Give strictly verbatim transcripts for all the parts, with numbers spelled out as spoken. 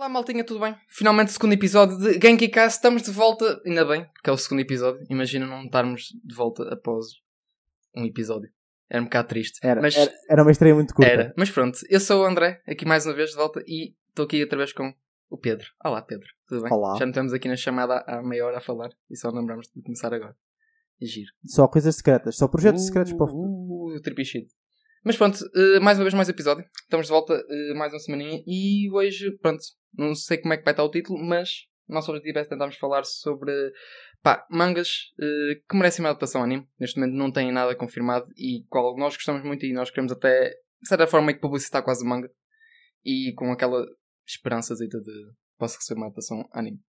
Olá maltinha, tudo bem? Finalmente o segundo episódio de Genki Cast, estamos de volta, ainda bem, porque é o segundo episódio. Imagina não estarmos de volta após um episódio. Era um bocado triste. Era, mas era, era uma estreia muito curta. Era, mas pronto, eu sou o André, aqui mais uma vez de volta e estou aqui outra vez com o Pedro. Olá Pedro, tudo bem? Olá. Já não estamos aqui na chamada há meia hora a falar e só lembramos de começar agora. É giro. Só coisas secretas, só projetos uh, secretos para o futuro. Uh, tripichido. Mas pronto, uh, mais uma vez mais episódio. Estamos de volta uh, mais uma semaninha e hoje, pronto, não sei como é que vai estar o título, mas o nosso objetivo é tentarmos falar sobre pá, mangas uh, que merecem uma adaptação anime. Neste momento não têm nada confirmado e qual nós gostamos muito e nós queremos até, de certa forma, que publicitar quase o manga e com aquela esperançazita de possa receber uma adaptação anime.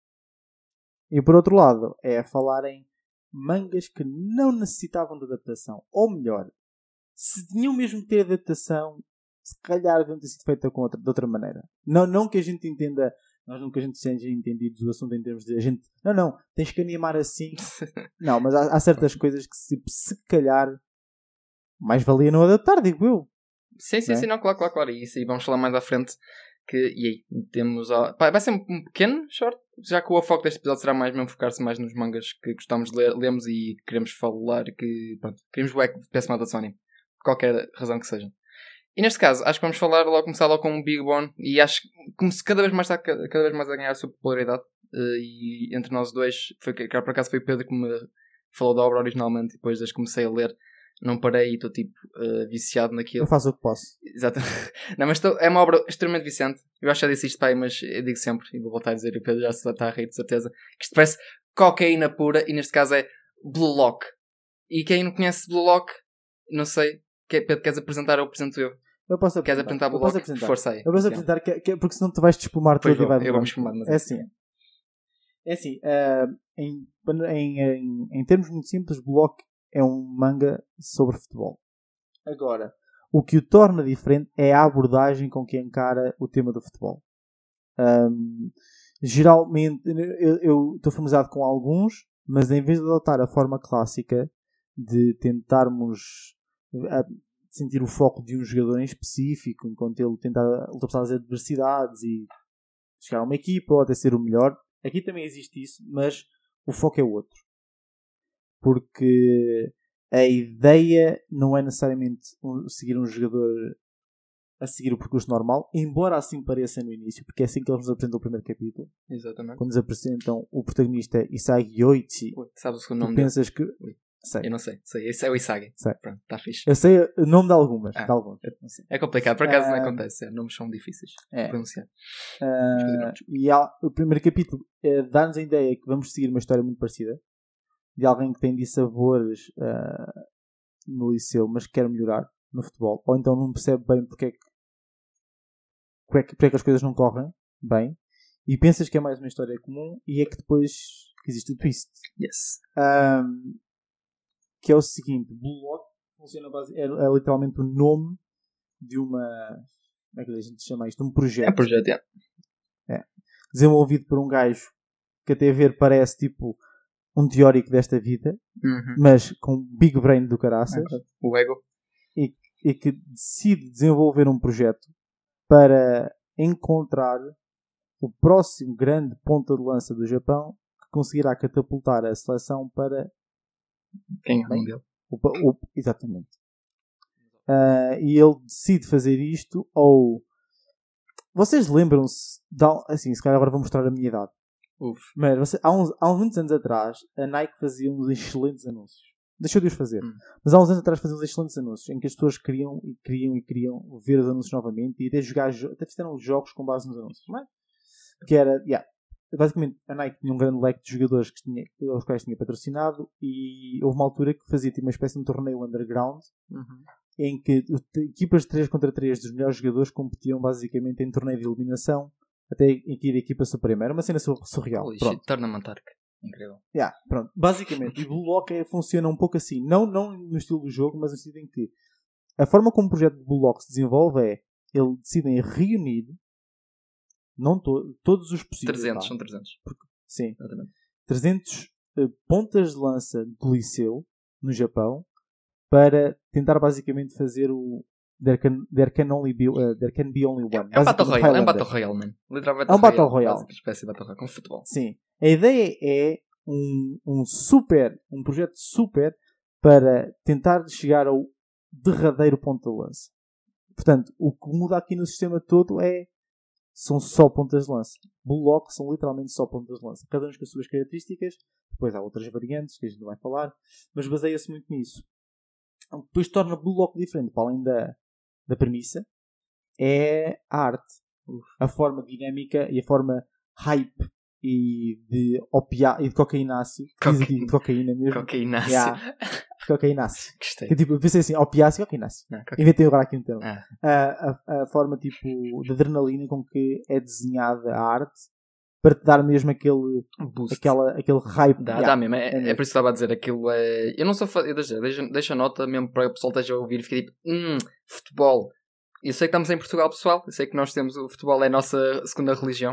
E por outro lado, é falar em mangas que não necessitavam de adaptação. Ou melhor, se tinham mesmo de ter adaptação, se calhar deviam ter sido feita com outra, de outra maneira. Não, não que a gente entenda, nós nunca a gente seja entendidos o assunto em termos de a gente, não, não, tens que animar assim. Não, mas há, há certas coisas que se, se calhar mais valia não adaptar, digo eu. Sim, sim, não é? sim, não, claro, claro, claro. E isso aí vamos falar mais à frente. Que, e aí, temos... A, pá, vai ser um pequeno short, já que o foco deste episódio será mais mesmo focar-se mais nos mangas que gostamos de ler, lemos e queremos falar, que, pronto, queremos ver que peça uma adaptação anime. Por qualquer razão que seja. E neste caso, acho que vamos falar logo, começar logo com o Big One. E acho que como se cada vez mais está cada, cada vez mais a ganhar a sua popularidade. Uh, e entre nós dois, foi, que por acaso foi o Pedro que me falou da obra originalmente. E depois, desde que comecei a ler, não parei e estou tipo uh, viciado naquilo. Eu faço o que posso. Exato. Não, mas tô, é uma obra extremamente viciante. Eu acho que já disse isto, pai, mas eu digo sempre, e vou voltar a dizer, o Pedro já se está a rir de certeza, que isto parece cocaína pura. E neste caso é Blue Lock. E quem não conhece Blue Lock, não sei. Pedro, queres apresentar ou apresento eu? Eu posso apresentar. Queres apresentar o bloco? Força aí. Eu posso apresentar, que, que, porque senão tu vais te espumar pois tudo vou, e vai eu vou me espumar. Mas é assim. É assim. Uh, em, em, em, em termos muito simples, Block é um manga sobre futebol. Agora, o que o torna diferente é a abordagem com que encara o tema do futebol. Um, geralmente, eu estou familiarizado com alguns, mas em vez de adotar a forma clássica de tentarmos a sentir o foco de um jogador em específico enquanto ele tenta ultrapassar as adversidades e chegar a uma equipa ou até ser o melhor, aqui também existe isso, mas o foco é outro, porque a ideia não é necessariamente seguir um jogador a seguir o percurso normal, embora assim pareça no início, porque é assim que eles nos apresentam o primeiro capítulo. Exatamente. Quando nos apresentam o protagonista Isagi Yoichi, Ui, sabes o segundo nome tu pensas dele? que Ui. Sei. Eu não sei, sei. Esse é o Isagi. Sei. Pronto, está fixe. Eu sei o nome de algumas. Ah, de alguns. É complicado, por acaso uh, não acontece. É, nomes são difíceis é. de pronunciar. Uh, e há, o primeiro capítulo é, dá-nos a ideia que vamos seguir uma história muito parecida de alguém que tem dissabores uh, no liceu, mas que quer melhorar no futebol. Ou então não percebe bem porque é que, porque é que, porque é que as coisas não correm bem. E pensas que é mais uma história comum e é que depois que existe o twist. Yes. Um, que é o seguinte, Blue Lock funciona base, é, é literalmente o nome de uma, como é que a gente chama isto? Um projeto. É um projeto, é. é. Desenvolvido por um gajo que até ver parece tipo um teórico desta vida, uhum. mas com big brain do caraças. É, o ego. E, e que decide desenvolver um projeto para encontrar o próximo grande ponta de lança do Japão que conseguirá catapultar a seleção para quem é o nome dele? O, o, exatamente. Uh, e ele decide fazer isto, ou vocês lembram-se de, assim, se calhar agora vou mostrar a minha idade. Uf. Mas você, há, uns, há uns muitos anos atrás a Nike fazia uns excelentes anúncios. Deixou de os fazer. Hum. Mas há uns anos atrás fazia uns excelentes anúncios em que as pessoas queriam e queriam e queriam ver os anúncios novamente e até jogar, até fizeram jogos com base nos anúncios. Não é? Que era, yeah. Basicamente, a Nike tinha um grande leque de jogadores que tinha, aos quais tinha patrocinado e houve uma altura que fazia tipo, uma espécie de um torneio underground uhum. em que equipas de três contra três dos melhores jogadores competiam basicamente em torneio de eliminação até em que ir a equipa suprema. Era uma cena surreal. Pronto. Tournament Arc. Incrível. Yeah, pronto. Basicamente, o Blue Lock é, funciona um pouco assim. Não, não no estilo do jogo, mas no sentido em que a forma como o projeto de Blue Lock se desenvolve é eles decidem reunir não to- todos os possíveis. trezentos, tá? são trezentos. Porque, sim. Exatamente. trezentos uh, pontas de lança do liceu no Japão para tentar basicamente fazer o, there can, there can, only be, uh, there can be only one. É um Battle Royale, é um Battle Royale, man. Literalmente é um Battle Royale. Uma espécie de Battle Royale, com futebol. Sim. A ideia é um, um super, um projeto super para tentar chegar ao derradeiro ponto de lança. Portanto, o que muda aqui no sistema todo é são só pontas de lança. Blocos são literalmente só pontas de lança. Cada um com as suas características. Depois há outras variantes que a gente não vai falar. Mas baseia-se muito nisso. Depois torna o bloco diferente. Para além da, da premissa, é a arte. A forma dinâmica e a forma hype e de opia e de cocaínáceo. Coca... De cocaína mesmo. Cocaínáceo. Yeah. Cocaínáceo. Gostei. Que, tipo, eu pensei assim, opiáceo e cocaínáceo. Coca... Inventei agora aqui um termo. Ah. A, a, a forma tipo de adrenalina com que é desenhada a arte para te dar mesmo aquele boost. Aquela, aquele hype. Dá, yeah. dá mesmo. É, é, é por isso que estava a dizer aquilo. É... Eu não sou fã. Deixa, deixa, deixa nota mesmo para o pessoal esteja a ouvir e fica tipo, hum, futebol. Eu sei que estamos em Portugal, pessoal. Eu sei que nós temos o futebol, é a nossa segunda religião.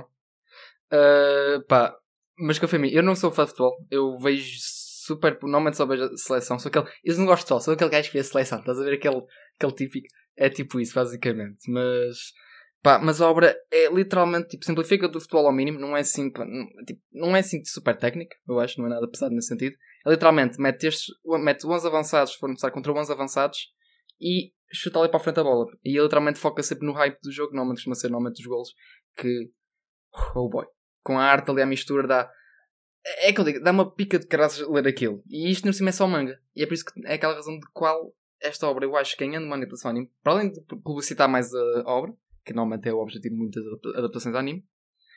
Uh, pá, mas que eu, eu não sou fã de futebol. Eu vejo super. Normalmente só vejo a seleção. Sou aquele. Eu não gosto de futebol, sou aquele gajo que vê a seleção. Estás a ver aquele, aquele típico. É tipo isso, basicamente. Mas. Pá, mas a obra é literalmente tipo, simplifica do futebol ao mínimo. Não é assim. Não, tipo, não é assim super técnico. Eu acho, não é nada pesado nesse sentido. É literalmente mete estes. Mete onze avançados, se for necessário, contra onze avançados. E chuta ali para a frente a bola. E ele literalmente foca sempre no hype do jogo. Normalmente costuma ser normalmente os golos. Que. Oh boy. Com a arte ali, a mistura dá. É que eu digo, dá uma pica de caraças ler aquilo. E isto no cima é só manga. E é por isso que é aquela razão de qual esta obra eu acho que ganhando manipulação anime, para além de publicitar mais a obra, que normalmente é o objetivo de muitas adaptações de anime,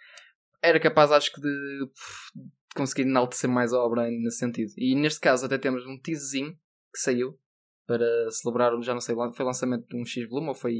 era capaz, acho que, de, de conseguir enaltecer mais a obra nesse sentido. E neste caso até temos um teaserzinho que saiu para celebrar, já não sei, foi o lançamento de um X-volume ou foi.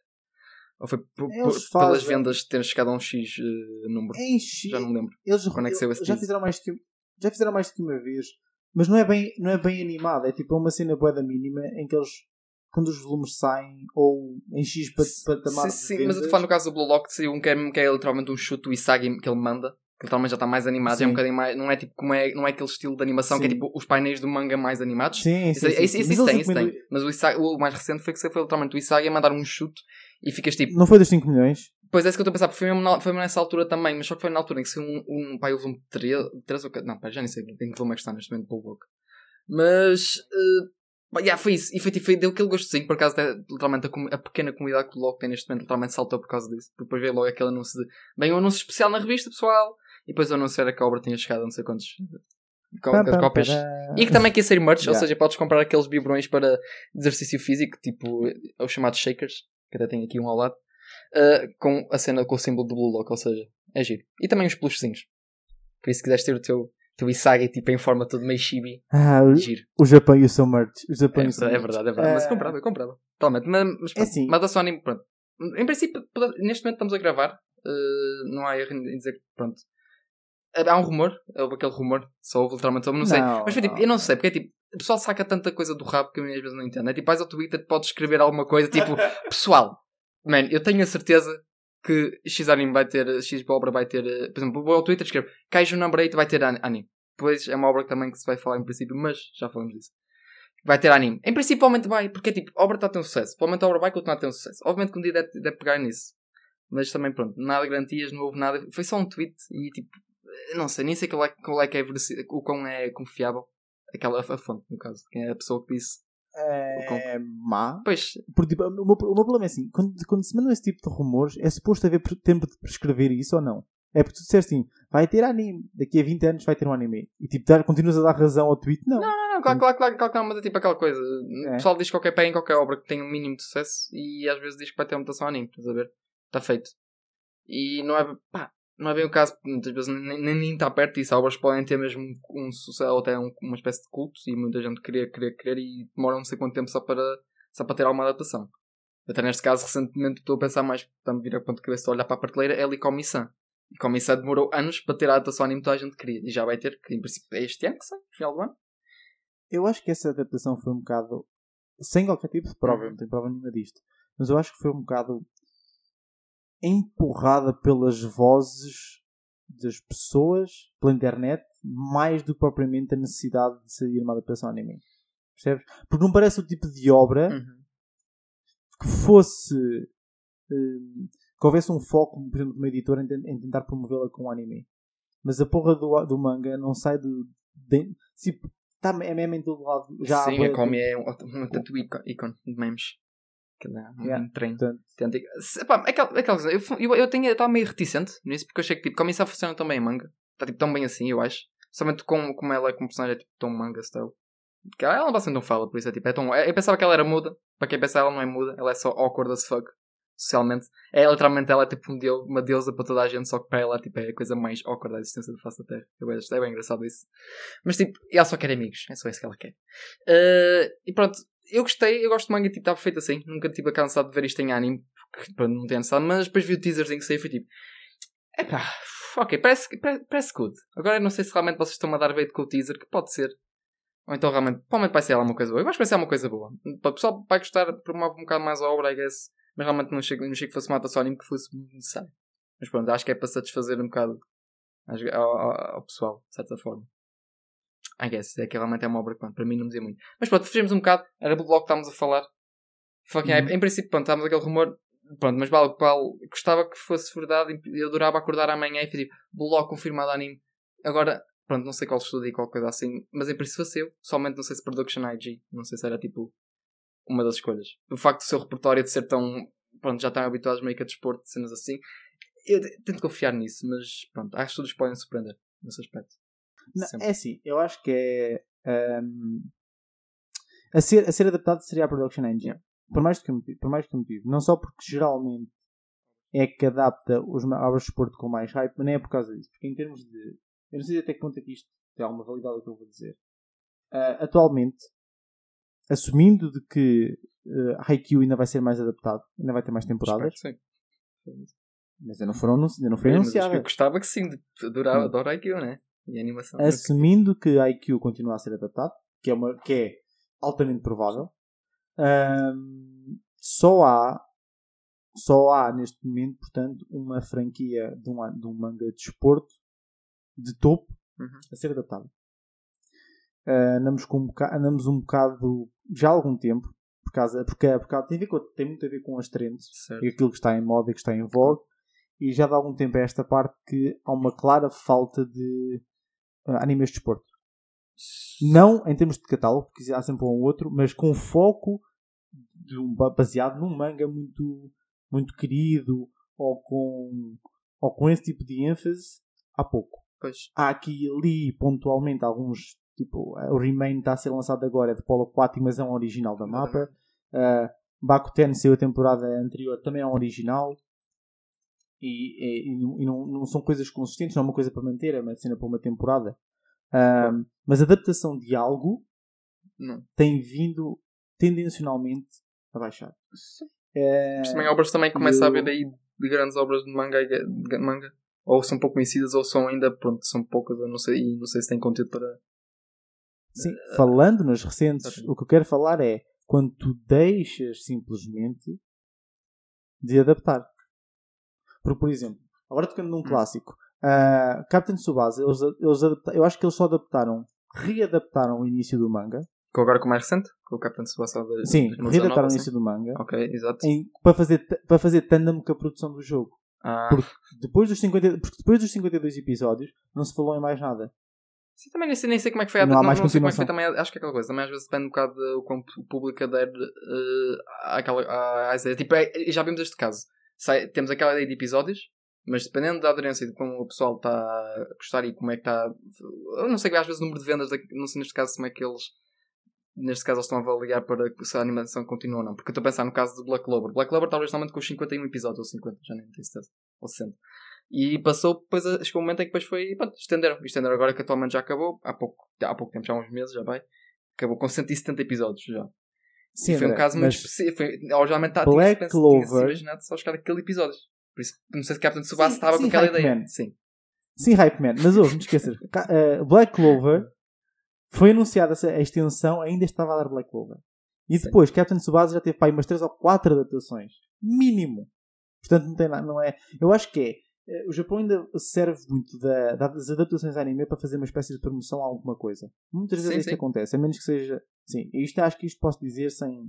Ou foi por, por, pelas vendas de ter chegado a um X uh, número? Em X, já não me lembro. Eles quando é que saiu esse já fizeram mais que já fizeram mais do que uma vez, mas não é bem, não é bem animado. É tipo uma cena bué da mínima em que eles, quando os volumes saem, ou em X patamar. Sim, sim, mas eu estou a falar no caso do Blue Lock, saiu um que é, que é literalmente um chute do Isagi que ele manda. Que literalmente já está mais animado, é um bocadinho mais. Não é tipo como é, não é aquele estilo de animação, sim, que é tipo os painéis do manga mais animados. Sim, sim. Isso, sim, isso, sim. isso, isso tem, isso tem. Mas o, Isagi, o mais recente foi que foi literalmente o Isagi a mandar um chute e ficas tipo. Não foi dos cinco milhões? Pois é, isso que eu estou a pensar, porque foi mesmo, na, foi mesmo nessa altura também, mas só que foi na altura em que saiu um, um pai, o volume treze, treze ou quatorze, não, pá, já nem sei em que volume é que está neste momento pelo boca. Mas, uh, yeah, foi isso, e foi, foi, deu aquele gostozinho, por acaso, até, literalmente, a, a pequena comunidade que o Logo tem neste momento, literalmente saltou por causa disso, depois veio logo aquele anúncio de, bem, um anúncio especial na revista, pessoal, e depois o anúncio era que a obra tinha chegado a não sei quantos cópias, e que também quer ser merch, yeah. Ou seja, podes comprar aqueles biberões para exercício físico, tipo, os chamados shakers, que até tem aqui um ao lado. Uh, com a cena com o símbolo do Blue Lock, ou seja, é giro. E também os peluchezinhos. Por isso, se quiseres ter o teu, teu Isagi tipo, em forma todo meio chibi, ah, o, giro. O Japão e o seu merch. O Japão é, e o seu é verdade, é verdade. Uh... Mas comprava, eu comprava. Totalmente. Mas, mas, é assim. mas a Sony, pronto. Em princípio, neste momento estamos a gravar. Uh, não há erro em dizer que, pronto. Há um rumor, houve aquele rumor, só houve literalmente, não sei. Não, mas foi tipo, eu não sei, porque é tipo, o pessoal saca tanta coisa do rabo que eu às vezes não entendo. É tipo, vais ao Twitter, podes escrever alguma coisa, tipo, pessoal, man, eu tenho a certeza que X-Anime vai ter, X-Obra vai ter, por exemplo, vou ao Twitter e escrevo Kaiju Number oito vai ter anime. Depois é uma obra também que se vai falar em princípio, mas já falamos disso. Vai ter anime. Em princípio, provavelmente vai, porque é tipo, a obra está a ter um sucesso. Provavelmente a obra vai continuar a ter um sucesso. Obviamente que um dia deve, deve pegar nisso. Mas também, pronto, nada de garantias, não houve nada. Foi só um tweet e tipo, não sei, nem sei qual é, qual é que é o quão é confiável. Aquela a fonte, no caso. Quem é a pessoa que disse. É má. Pois. Porque, tipo, o, meu, o meu problema é assim: quando, quando se mandam esse tipo de rumores, é suposto haver tempo de prescrever isso ou não? É porque tu disseste assim: vai ter anime, daqui a vinte anos vai ter um anime. E tipo, dar, continuas a dar razão ao tweet? Não. Não, não, não, claro, claro, claro, claro que não, mas é tipo aquela coisa. É. O pessoal diz qualquer pé em qualquer obra que tem um mínimo de sucesso e às vezes diz que vai ter uma mutação anime, estás a ver? Está feito. E não é, pá, não é bem o caso, muitas vezes nem, nem, nem está perto disso. Obras podem ter mesmo um sucesso ou até um, uma espécie de culto e muita gente querer, querer, querer e demoram não sei quanto tempo só para, só para ter alguma adaptação. Até neste caso, recentemente, estou a pensar mais, está-me vir a ponto de cabeça a olhar para a prateleira, é Licom-san. Licom-san demorou anos para ter a adaptação anime que toda a gente queria e já vai ter, que em princípio é este ano que sai, no final do ano. Eu acho que essa adaptação foi um bocado, sem qualquer tipo de prova, uhum. Não tenho prova nenhuma disto, mas eu acho que foi um bocado empurrada pelas vozes das pessoas, pela internet, mais do que propriamente a necessidade de sair uma adaptação anime. Percebes? Porque não parece o tipo de obra uhum. que fosse um, que houvesse um foco, por exemplo, de uma editora em, em tentar promovê-la com o anime. Mas a porra do, do manga não sai do... De, tipo, tá, é mesmo em todo lado. Já Sim, há, a Komi é um, um tanto ícone de memes. Que dá um yeah, treino. portanto, Epá, aquela, aquela, eu eu, eu tenho, estava meio reticente nisso, porque eu achei que tipo, Komi só funciona tão bem em manga. Está tipo, tão bem assim, eu acho. Somente como, como ela é como personagem, é tipo, tão manga style. Porque ela bastante não fala, por isso é tipo, é tão... Eu pensava que ela era muda. Para quem pensa, ela não é muda. Ela é só awkward as fuck. Socialmente. É, literalmente, ela é tipo um deus, uma deusa para toda a gente, só que para ela tipo, é a coisa mais awkward da existência da face da Terra. Eu acho, é bem engraçado isso. Mas tipo, ela só quer amigos. É só isso que ela quer. Uh, e pronto, eu gostei. Eu gosto de manga, tipo, está perfeito assim. Nunca tive tipo, cansado de ver isto em anime, porque pronto, não tenho necessidade. Mas depois vi o teaserzinho que saiu e foi tipo... Epá, ok, parece, parece, parece good. Agora eu não sei se realmente vocês estão a dar bait com o teaser, que pode ser. Ou então realmente, provavelmente vai ser alguma coisa boa. Eu acho que vai ser alguma coisa boa. O pessoal vai gostar, promove um bocado mais a obra, I guess. Mas realmente não achei, não achei que fosse uma adaptação anime que fosse necessário. Mas pronto, acho que é para satisfazer um bocado ao, ao, ao pessoal, de certa forma. I guess, é que realmente é uma obra que para mim não me dizia muito. Mas pronto, fugimos um bocado. Era do bloco que estávamos a falar. Fucking uhum. Em princípio, pronto, estávamos aquele rumor. Pronto, mas vale, vale, gostava que fosse verdade. Eu adorava acordar amanhã e fazer bloco confirmado anime. Agora... Pronto, não sei qual estudo e qual coisa assim, mas em princípio fosse eu. Somente não sei se Production I G, não sei se era tipo uma das escolhas. O facto do seu repertório de ser tão... Pronto, já estão habituados meio que a desporto, de cenas assim. Eu tento confiar nisso, mas pronto, acho que estudos podem surpreender nesse aspecto. Não, é assim, eu acho que é... Um, a, ser, a ser adaptado seria a Production I G. Yeah. Por mais que motivo, por mais que motivo. Não só porque geralmente é que adapta os obras de desporto com mais hype, mas nem é por causa disso. Porque em termos de... Eu não sei até que ponto é que isto tem alguma validade o que eu vou dizer. Uh, atualmente, assumindo de que uh, Haikyuu ainda vai ser mais adaptado, ainda vai ter mais temporadas. Sim. Mas ainda não, foram, ainda não foi é, anunciado. Eu gostava que sim, adorava, adoro Haikyuu, né? E a animação. Assumindo que Haikyuu continua a ser adaptado, que é, uma, que é altamente provável, um, só há só há neste momento, portanto, uma franquia de um, de um manga de desporto de topo uhum. a ser adaptado. Uh, andamos, com um bocado, andamos um bocado já há algum tempo por causa, porque, porque tem, a ver com, tem muito a ver com as trends certo. E aquilo que está em moda e que está em vogue e já há algum tempo a esta parte que há uma clara falta de uh, animes de desporto. Não em termos de catálogo, porque há sempre um ou outro, mas com foco de um, baseado num manga muito, muito querido ou com, ou com esse tipo de ênfase há pouco. Pois. Há aqui e ali, pontualmente, alguns... Tipo, o Remain está a ser lançado agora, é de Polo quatro, mas é um original da Mappa. Uh, Bakuten saiu a temporada anterior, também é um original. E, e, e não, não são coisas consistentes, não é uma coisa para manter, é uma cena para uma temporada. Uh, é. Mas a adaptação de algo não. tem vindo tendencionalmente a baixar. Sim. Uh, mas também obras também começam eu... a haver daí de grandes obras de manga, de manga. Ou são pouco conhecidas, ou são ainda, pronto, são poucas, eu não sei, e não sei se tem conteúdo para... Sim, uh, falando nas recentes, uh, o que eu quero falar é quando tu deixas simplesmente de adaptar. Porque, por exemplo, agora tocando num hum. clássico, uh, Captain Tsubasa, eles, eles adaptaram, eu acho que eles só adaptaram, readaptaram o início do manga. Com agora com o mais recente? Com o Captain Tsubasa de, Sim, de readaptaram o início do manga. Ok, exato. Em, para, fazer, para fazer tandem com a produção do jogo. Ah. Porque, depois dos cinquenta, porque depois dos cinquenta e dois episódios não se falou em mais nada. Sim, também nem sei, nem sei como é que foi a não, há mais não, não sei como é que foi também, acho que é aquela coisa, também às vezes depende um bocado do quão o público adere uh, àquela, à, à ideia. Tipo, é, já vimos este caso. Sai, temos aquela ideia de episódios, mas dependendo da aderência e de como o pessoal está a gostar e como é que está... Eu não sei, às vezes o número de vendas, não sei neste caso como é que eles... Neste caso eles estão a avaliar para se a animação continua ou não. Porque eu estou a pensar no caso do Black Clover. Black Clover talvez somente com os cinquenta e um episódios, ou cinquenta, já nem tenho certeza. Ou sessenta. E passou, depois chegou um momento em que depois foi, pronto, estenderam. Estenderam agora que atualmente já acabou, há pouco, há pouco tempo, já há uns meses, já vai. Acabou com cento e setenta episódios já. Sim, e foi André, um caso muito específico. Geralmente está Black Clover imaginado só chegar aquele episódio. Por isso, não sei se Captain Tsubasa estava com aquela ideia. Man. Sim. Sim, Hype Man. Mas ouve, não te esqueças. uh, Black Clover foi anunciada a extensão, ainda estava a dar Black Clover. E sim. Depois, Captain Tsubasa já teve pá, umas três ou quatro adaptações. Mínimo. Portanto, não tem nada, não é... Eu acho que é... O Japão ainda serve muito da, das adaptações a anime para fazer uma espécie de promoção a alguma coisa. Muitas vezes sim, é isso que acontece. A menos que seja... Sim, isto acho que isto posso dizer sem...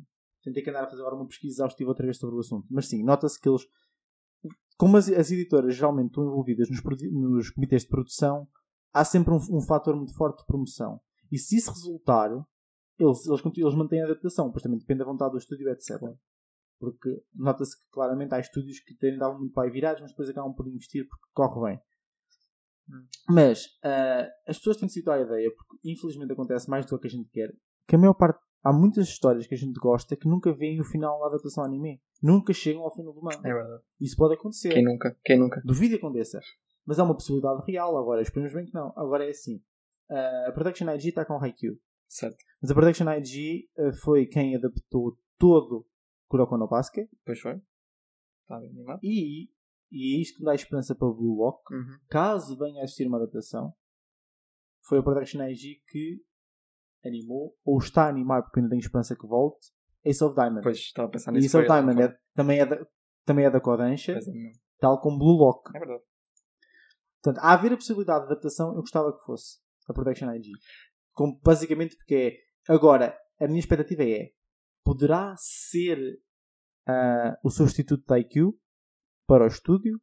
Tentei que andar a fazer agora uma pesquisa exaustiva outra vez sobre o assunto. Mas sim, nota-se que eles, como as, as editoras geralmente estão envolvidas nos, nos comitês de produção, há sempre um, um fator muito forte de promoção. E se isso resultar, eles, eles, eles mantêm a adaptação. Pois também depende da vontade do estúdio, etcétera. Porque nota-se que claramente há estúdios que têm dado muito para aí virados, mas depois acabam por investir porque corre bem. Hum. Mas uh, as pessoas têm de situar a ideia, porque infelizmente acontece mais do que a gente quer, que a maior parte, há muitas histórias que a gente gosta que nunca veem o final da adaptação anime. Nunca chegam ao final do manga. É verdade. Isso pode acontecer. Quem nunca? Quem nunca? Duvido que aconteça. Mas é uma possibilidade real agora. Esperemos bem que não. Agora é assim. Uh, a Production I G está com Haikyuu. Certo. Mas a Production I G uh, foi quem adaptou todo Kuroko no Basket. Pois foi. Está bem animado. E, e é isto que me dá esperança para o Blue Lock. Uhum. Caso venha a existir uma adaptação, foi a Production I G que animou, ou está a animar, porque ainda tenho esperança que volte, Ace of Diamond. Pois, estava a pensar e nisso. Ace of Diamond é, também, é da, também é da Kodansha, é tal como Blue Lock. É verdade. Portanto, a haver a possibilidade de adaptação, eu gostava que fosse a Production I G. Como, basicamente porque é... Agora, a minha expectativa é, poderá ser uh, o substituto da I Q para o estúdio?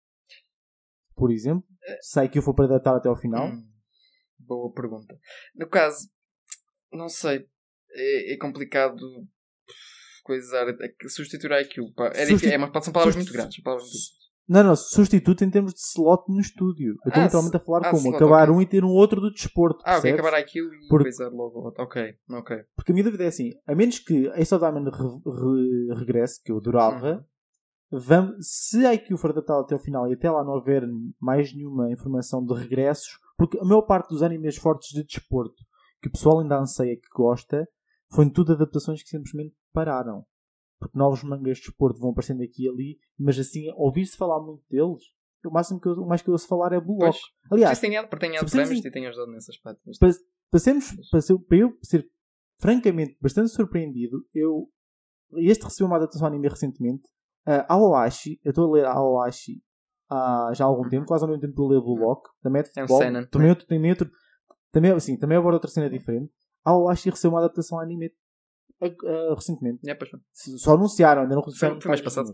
Por exemplo? Se a I Q for para adaptar até ao final? Hum, boa pergunta. No caso, não sei. É, é complicado coisar, é, substituir a I Q. Pá. É Substitu... difícil, é, mas são palavras Substitu... muito grandes. Palavras muito... Não, não. Substituto em termos de slot no estúdio. Eu estou ah, literalmente a falar ah, como slot, acabar okay. um e ter um outro do desporto. Ah, ok. Percebes? Acabar a I Q e Por... coisar logo outro. Ok, ok. Porque a minha dúvida é assim. A menos que Ace of Diamond re... Re... regresse, que eu adorava... Uhum. Vamos... Se a I Q for adaptada até o final e até lá não haver mais nenhuma informação de regressos... Porque a maior parte dos animes fortes de desporto que o pessoal ainda anseia que gosta... Foi tudo adaptações que simplesmente pararam. Porque novos mangas de desporto vão aparecendo aqui e ali, mas assim, ouvir-se falar muito deles, o máximo que eu, o mais que eu ouço falar é Blue Lock. Aliás, tem prémios e tem ajudado nesse aspecto. Para, para, sermos, para, ser, para eu ser francamente bastante surpreendido, eu este recebeu uma adaptação anime recentemente. Uh, Aoashi, eu estou a ler Aoashi há já há algum tempo, quase ao mesmo tempo que eu leio Blue Lock, também é de futebol. É um cena, também, outro, também, outro, também, assim, também aborda outra cena diferente. Aoashi recebeu uma adaptação anime uh, uh, recentemente. É, só anunciaram, ainda não receberam. Foi mais passado.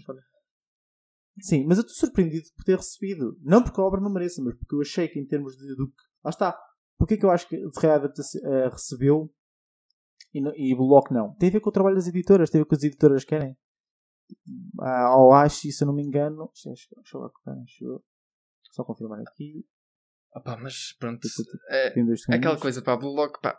Sim, mas eu estou surpreendido por ter recebido. Não porque a obra não mereça, mas porque eu achei que em termos de... do, lá está. Porque é que eu acho que de real uh, recebeu e, no, e Blue Lock não? Tem a ver com o trabalho das editoras, tem a ver com o que as editoras querem. A Aoashi, se eu não me engano... Deixa eu ver, só confirmar aqui. Opa, mas pronto, é, é aquela coisa, pá, Blue Lock, pá,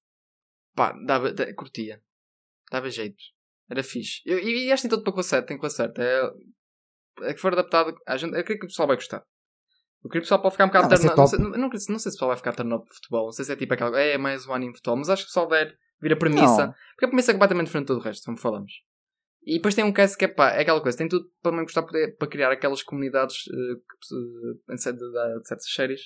pá, dava, dava, curtia, dava jeito, era fixe. Eu, e, e acho que tem todo para com a certa, tem com a certa, é, é que for adaptado, a gente, eu creio que o pessoal vai gostar. Eu creio que o pessoal pode ficar um bocado turno, não, sei, não, não, não sei se o pessoal vai ficar turno de futebol, não sei se é tipo aquela, é mais um anime de futebol, mas acho que o pessoal deve vir a premissa, não. Porque a premissa é completamente diferente de todo o resto, como falamos. E depois tem um cast que é pá, é aquela coisa, tem tudo para mim gostar poder, para criar aquelas comunidades uh, que, uh, de, de, de certas séries.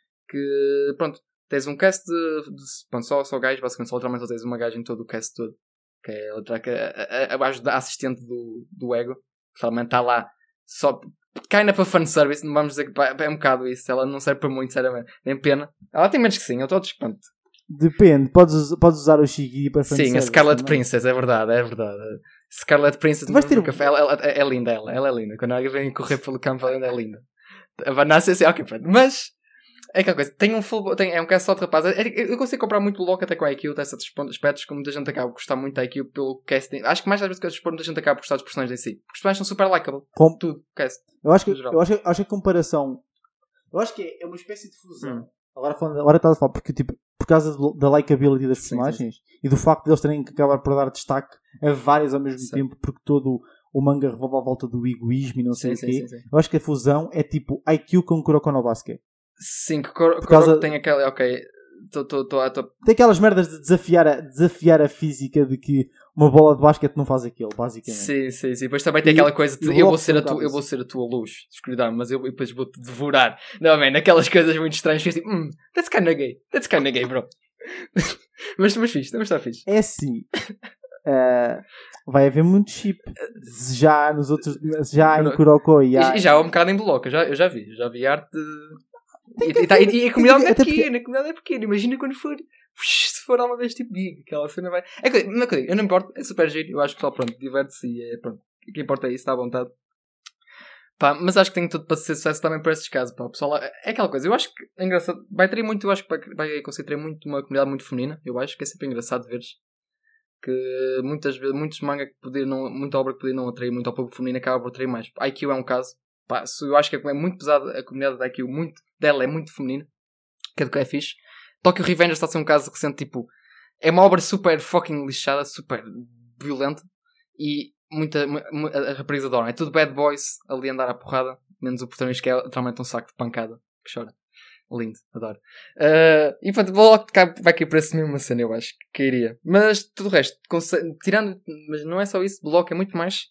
Que, pronto, tens um cast de, de pronto, só, só gajos, basicamente só literalmente tens uma gaja em todo o cast todo, que é outra, que é abaixo da assistente do, do Ego, que realmente está lá só, kind of a fanservice, não vamos dizer que pá, é um bocado isso, ela não serve para muito, sinceramente, nem pena, ela tem menos que sim, eu estou desconto. Depende, podes, podes usar o Shiggy para fanservice. Sim, a Scarlet também. Princess, é verdade, é verdade. Scarlet Princess, vais ter... café, ela, ela, é linda, ela, ela é linda, quando alguém vem correr pelo campo, ela é linda. A Vanessa, assim, ok, pronto, mas é aquela coisa, tem um full, tem, é um cast só de rapaz. Eu consigo comprar muito Blue Lock até com a I Q, tem certos aspectos que muita gente acaba por gostar muito da I Q pelo casting. Acho que mais às vezes que muita gente acaba por gostar dos personagens em si. Porque os personagens são super likeable. Com... Tudo, cast. Eu acho que, eu acho, acho que a comparação. Eu acho que é uma espécie de fusão. Hum. Agora, falando, agora estás a falar, porque tipo, por causa do, da likability das personagens, sim, sim, e do facto de eles terem que acabar por dar destaque a vários ao mesmo sim. tempo, porque todo o manga revolve à volta do egoísmo e não sei sim, o quê. Sim, sim, sim. Eu acho que a fusão é tipo I Q com Kuroko no Basket. Sim, que Kuroko causa... tem aquela... Ok, tô, tô, tô, tô... tem aquelas merdas de desafiar a, desafiar a física de que uma bola de basquete não faz aquilo, basicamente. Sim, sim, sim. Depois também tem e, aquela coisa de eu vou, ser a tu, eu vou ser a tua luz, escuridão, mas eu depois vou-te devorar. Não, man, aquelas coisas muito estranhas que eu tipo, hum, that's kinda gay, that's kinda gay, bro. mas mas fixe, mas está fixe. É assim, uh, vai haver muito chip. Já nos outros, já em Kuroko e há... E já há um bocado em bloco, eu já, eu já vi, já vi arte de... E, e, e, e a comunidade é pequena, a comunidade é pequena, imagina quando for se for alguma vez tipo Big, aquela cena vai. É que, não é que eu digo, eu não importo, é super giro, eu acho que o pessoal, pronto, diverte-se e é pronto. O que importa é isso, está à vontade. Pá, mas acho que tem tudo para ser sucesso também para estes casos, pá. O pessoal, é, é aquela coisa, eu acho que é engraçado, vai ter muito, eu acho que vai, vai conseguir ter muito uma comunidade muito feminina, eu acho que é sempre engraçado veres que muitas vezes, muitos manga que podia não, muita obra que podia não atrair muito ao público feminino acaba por atrair mais. I Q é um caso, pá, eu acho que é muito pesado, a comunidade da I Q muito, dela é muito feminina, que é do que é fixe. Tokyo Revengers está a ser um caso recente, tipo, é uma obra super fucking lixada, super violenta e muita, muita a rapariga adora. É tudo bad boys ali a andar à porrada, menos o protagonista que é literalmente um saco de pancada que chora. Lindo, adoro. Uh, e pronto, logo vai cair para essa mesma cena, eu acho que iria. Mas tudo o resto, tirando, mas não é só isso, Block é muito mais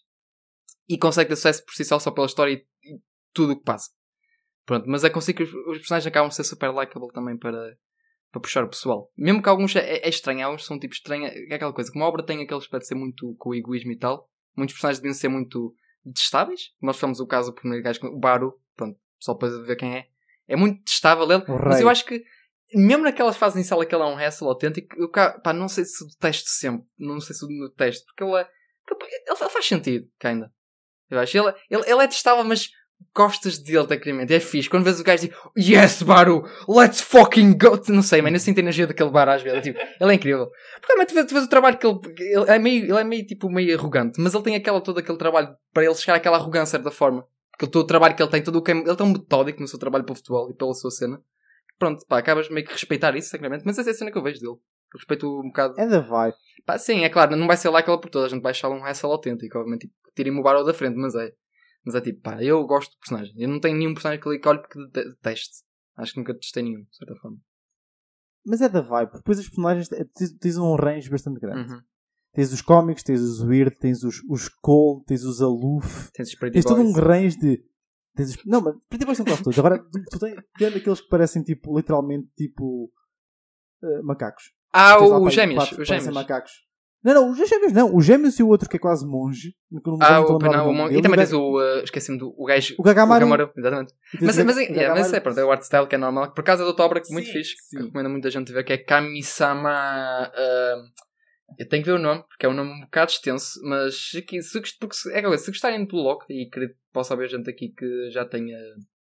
e consegue ter sucesso por si só, só pela história e, e tudo o que passa. Pronto, mas é consigo que os, os personagens acabam de ser super likeable também para, para puxar o pessoal. Mesmo que alguns é, é estranho, alguns são tipo estranhos, é aquela coisa, como a obra tem aquele aspecto de ser muito com o egoísmo e tal, muitos personagens deviam ser muito detestáveis. Nós fomos o caso do primeiro gajo, o Baru, pronto, só para ver quem é. É muito testável ele, mas eu acho que mesmo naquelas fases inicial que ele é um hassle autêntico, eu pá, não sei se detesto sempre, não sei se detesto, porque ele é, ele faz sentido, ainda. Eu acho, ele, ele, ele é testável, mas gostas dele tecnicamente, é fixe. Quando vês o gajo dizer, yes, Baru, let's fucking go, não sei, mano, eu sinto a energia daquele Baru às vezes, tipo, ele é incrível. Porque realmente tu vês, tu vês o trabalho que ele, ele é meio, ele é meio, tipo, meio arrogante, mas ele tem aquela, todo aquele trabalho para ele chegar àquela arrogância de certa forma. Porque todo o trabalho que ele tem, todo o que é, ele é tão metódico no seu trabalho para o futebol e pela sua cena. Pronto, pá, acabas meio que respeitar isso, tecnicamente. Mas essa é a cena que eu vejo dele. Eu respeito um bocado. É da vibe. Pá, sim, é claro, não vai ser likeable por toda a gente, vai achar um hassle autêntico, obviamente. Tipo, tirem-me o Barrow da frente, mas é. Mas é tipo, pá, eu gosto do personagem. Eu não tenho nenhum personagem que eu olho porque deteste. Acho que nunca testei nenhum, de certa forma. Mas é da vibe. Depois os personagens tens um range bastante grande. Uhum. Tens os cómics, tens os Weird, tens os, os Cole, tens os Aloof. Tens os Pretty Tens Boys. todo um range de... Tens os... Não, mas Pretty Boys são quase todos. Agora, tu, tu tens, tens aqueles que parecem tipo, literalmente, tipo... Uh, macacos. Ah, os gêmeos. Os gêmeos. Macacos. Não, não, os gêmeos não. Os gêmeos e o outro que é quase monge. Ah, o, não, o monge. E também tens o... Uh, esqueci-me do o gajo... O Gagamaru. O Gagamaru, exatamente. Mas, mas, é, yeah, mas é, pronto, é o art style que é normal. Por acaso é de outra obra que muito fixe, sim. Que recomendo muita gente ver, que é Kami-sama... Uh, eu tenho que ver o nome, porque é um nome um bocado extenso, mas aqui, se, porque se, é coisa, se gostarem do Block, e acredito que possa haver gente aqui que já tenha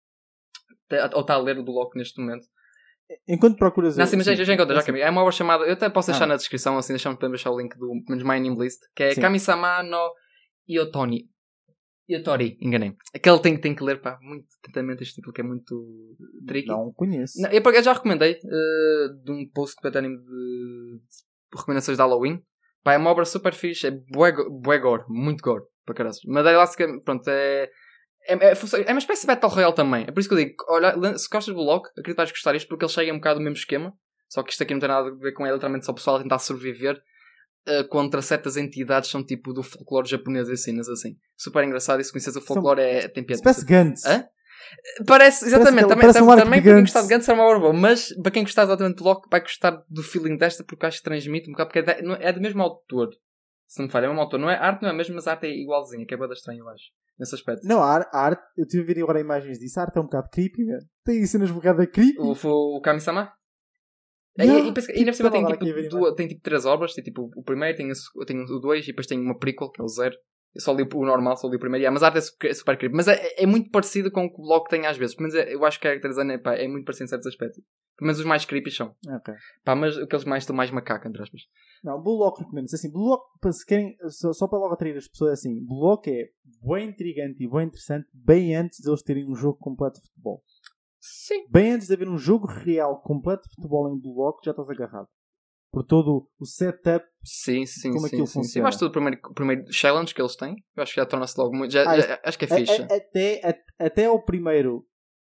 ou está a ler o Block neste momento. Enquanto procuras... Não, sim, mas já, já encontro, já acabei. É uma obra chamada, eu até posso deixar ah. na descrição, assim deixamos para deixar o link do menos My Name List, que é sim. Kami-sama no Iotoni. Iyotori, enganei. Aquele tem, tem que ler, pá, muito atentamente este título, que é muito tricky. Não conheço. Não, eu, eu já recomendei uh, de um post de anime de recomendações de Halloween. Pá, é uma obra super fixe, é bué, bué gore, muito gore, para caralho. Mas é lá, pronto, é, é, é, é uma espécie de Battle Royale também. É por isso que eu digo, olha, se gostas do Block, acredito que vais gostar disto, porque ele chega um bocado do mesmo esquema, só que isto aqui não tem nada a ver com ele, literalmente só o pessoal a tentar sobreviver uh, contra certas entidades, são tipo do folclore japonês e cenas assim. Super engraçado, e se conheces o folclore são, é, tem piada. Parece Gantz. Hã? Parece, exatamente, parece, também, parece também para quem gostar de Gantz é uma obra boa, mas para quem gostar exatamente do Block vai gostar do feeling desta, porque acho que transmite um bocado, porque é, de, é do mesmo autor, se não me falha, é o mesmo autor, não é, a arte não é a mesma, mas a arte é igualzinha, que é boa da estranha, eu acho, nesse aspecto. Não, a arte, eu estive a ver agora imagens disso, a arte é um bocado creepy, né? Tem cenas um bocado creepy. O, o, o Kami-sama? Yeah, e, e, e, e na cima tem tipo, duas, tem tipo três obras, tem tipo o primeiro, tem, a, tem o dois e depois tem uma prequel, que é o zero. Eu só li o normal, só li o primeiro. Yeah, mas a arte é super, super creepy. Mas é, é muito parecido com o que o Block tem às vezes. Mas é, eu acho que a caracterizando é, pá, é muito parecido em certos aspectos. Mas os mais creepy são. Okay. Pá, mas aqueles mais estão mais macaco, entre aspas. Não, Block recomendo-se. Assim, Block, se querem, só, só para logo atrair as pessoas, assim, Block é bem intrigante e bem interessante, bem antes de eles terem um jogo completo de futebol. Sim. Bem antes de haver um jogo real completo de futebol em Block, já estás agarrado. Por todo o setup, sim, sim, como sim, aquilo sim, funciona. Sim. Eu acho que o primeiro, o primeiro challenge que eles têm, eu acho que já torna-se logo muito. Já, ah, já, acho que é fixe. A, a, até, a, até o primeiro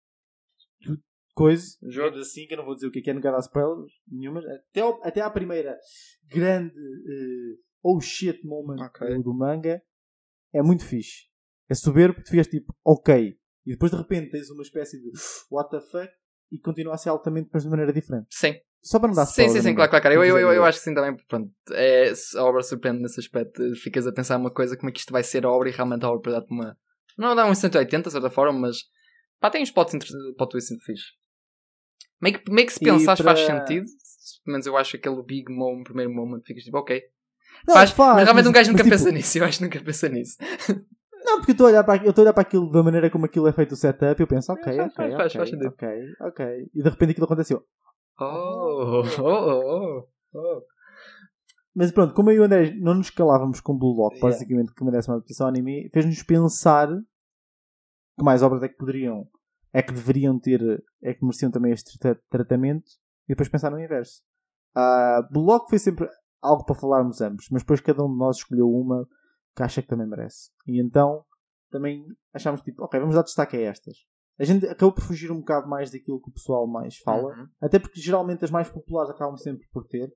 coisa, jogo assim, que eu não vou dizer o que é que é, não quero dar spoilers nenhuma. Até, ao, até à primeira grande uh, oh shit moment okay. do, do manga, é muito fixe. É soberbo porque tu ficas tipo, ok. E depois de repente tens uma espécie de what the fuck e continua a ser altamente, mas de maneira diferente. Sim. Só para não dar Sim, sim, sim, claro, claro, claro. Eu, eu, eu, eu acho que sim também, pronto, é, a obra surpreende nesse aspecto, ficas a pensar uma coisa, como é que isto vai ser a obra, e realmente a obra dá-te uma, não dá um cento e oitenta, de certa forma, mas, pá, tem uns potes plot twists fixe. Meio que, meio que se pensares para... faz sentido, pelo menos eu acho aquele big moment, primeiro moment, ficas tipo, ok. Não, faz, faz, mas realmente mas- um gajo mas, nunca tipo- pensa nisso, eu acho que nunca pensa nisso. Não, porque eu estou a olhar para, eu estou a olhar para aquilo da maneira como aquilo é feito o setup e eu penso, ok, Faz, ok, faz, ok, faz, faz sentido. ok, ok. E de repente aquilo aconteceu. Oh, oh, oh, oh. Mas pronto, como eu e o André não nos calávamos com Blue Lock, Yeah. basicamente, que merece uma adaptação ao anime, fez-nos pensar que mais obras é que poderiam, é que deveriam ter, é que mereciam também este tra- tratamento, e depois pensar no inverso. Uh, Blue Lock foi sempre algo para falarmos ambos, mas depois cada um de nós escolheu uma que acha que também merece. E então também achámos tipo, ok, vamos dar destaque a estas. A gente acabou por fugir um bocado mais daquilo que o pessoal mais fala, Uhum. até porque geralmente as mais populares acabam sempre por ter.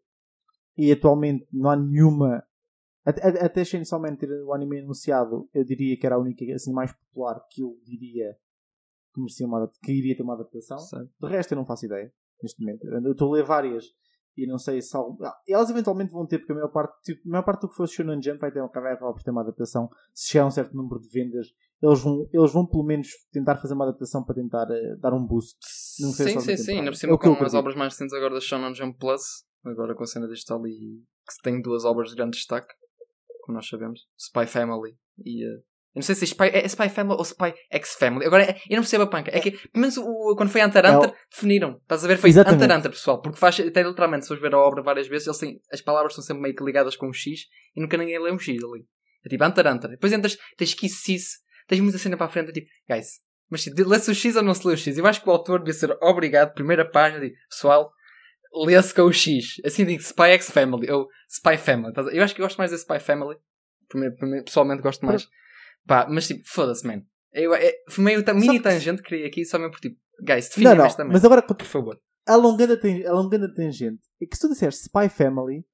E atualmente não há nenhuma. Até, até Chainsaw Man ter o anime anunciado, eu diria que era a única assim, mais popular que eu diria que, merecia uma, que iria ter uma adaptação. Certo. De resto, eu não faço ideia neste momento. Eu estou a ler várias e não sei se. Algum... Ah, elas eventualmente vão ter, porque a maior parte, tipo, a maior parte do que for Shonen Jump vai ter um vai acabar por ter uma adaptação. Se chegar a um certo número de vendas, eles vão, eles vão pelo menos tentar fazer uma adaptação para tentar uh, dar um boost. Não sei Sim, só sim, no sim. tempo. Ainda por É cima o que eu com as acredito. obras mais recentes agora da Shonen Jump Plus, agora com a cena digital e que tem duas obras de grande destaque, como nós sabemos, Spy Family e... Uh... Eu não sei se é Spy, é Spy Family ou Spy X Family. Agora, é, eu não percebo a panca. É que, pelo menos o, quando foi Hunter x Hunter, É o... definiram. Estás a ver? Foi Exatamente. Hunter x Hunter, pessoal. Porque faz, até literalmente, se fores ver a obra várias vezes, eles têm, as palavras são sempre meio que ligadas com um X e nunca ninguém lê um X ali. É tipo Hunter x Hunter. Depois entras, tens Kiss Cis, tens muita cena para a frente, é tipo, guys, mas tipo, lê-se o X ou não se lê o X? Eu acho que o autor devia ser obrigado, primeira página, de pessoal, lê-se com o X. Assim digo, Spy X Family ou Spy Family. Eu acho que eu gosto mais da Spy Family. Primeiro, primeiro, pessoalmente gosto mais. Pá, mas tipo, foda-se, man. Eu, é, foi meio ta- mini tangente que criei aqui, só mesmo por tipo, guys, definem Não, não, esta merda. mas agora, Por favor. alongando a, ten- alongando a tangente, é que se tu disseres Spy Family,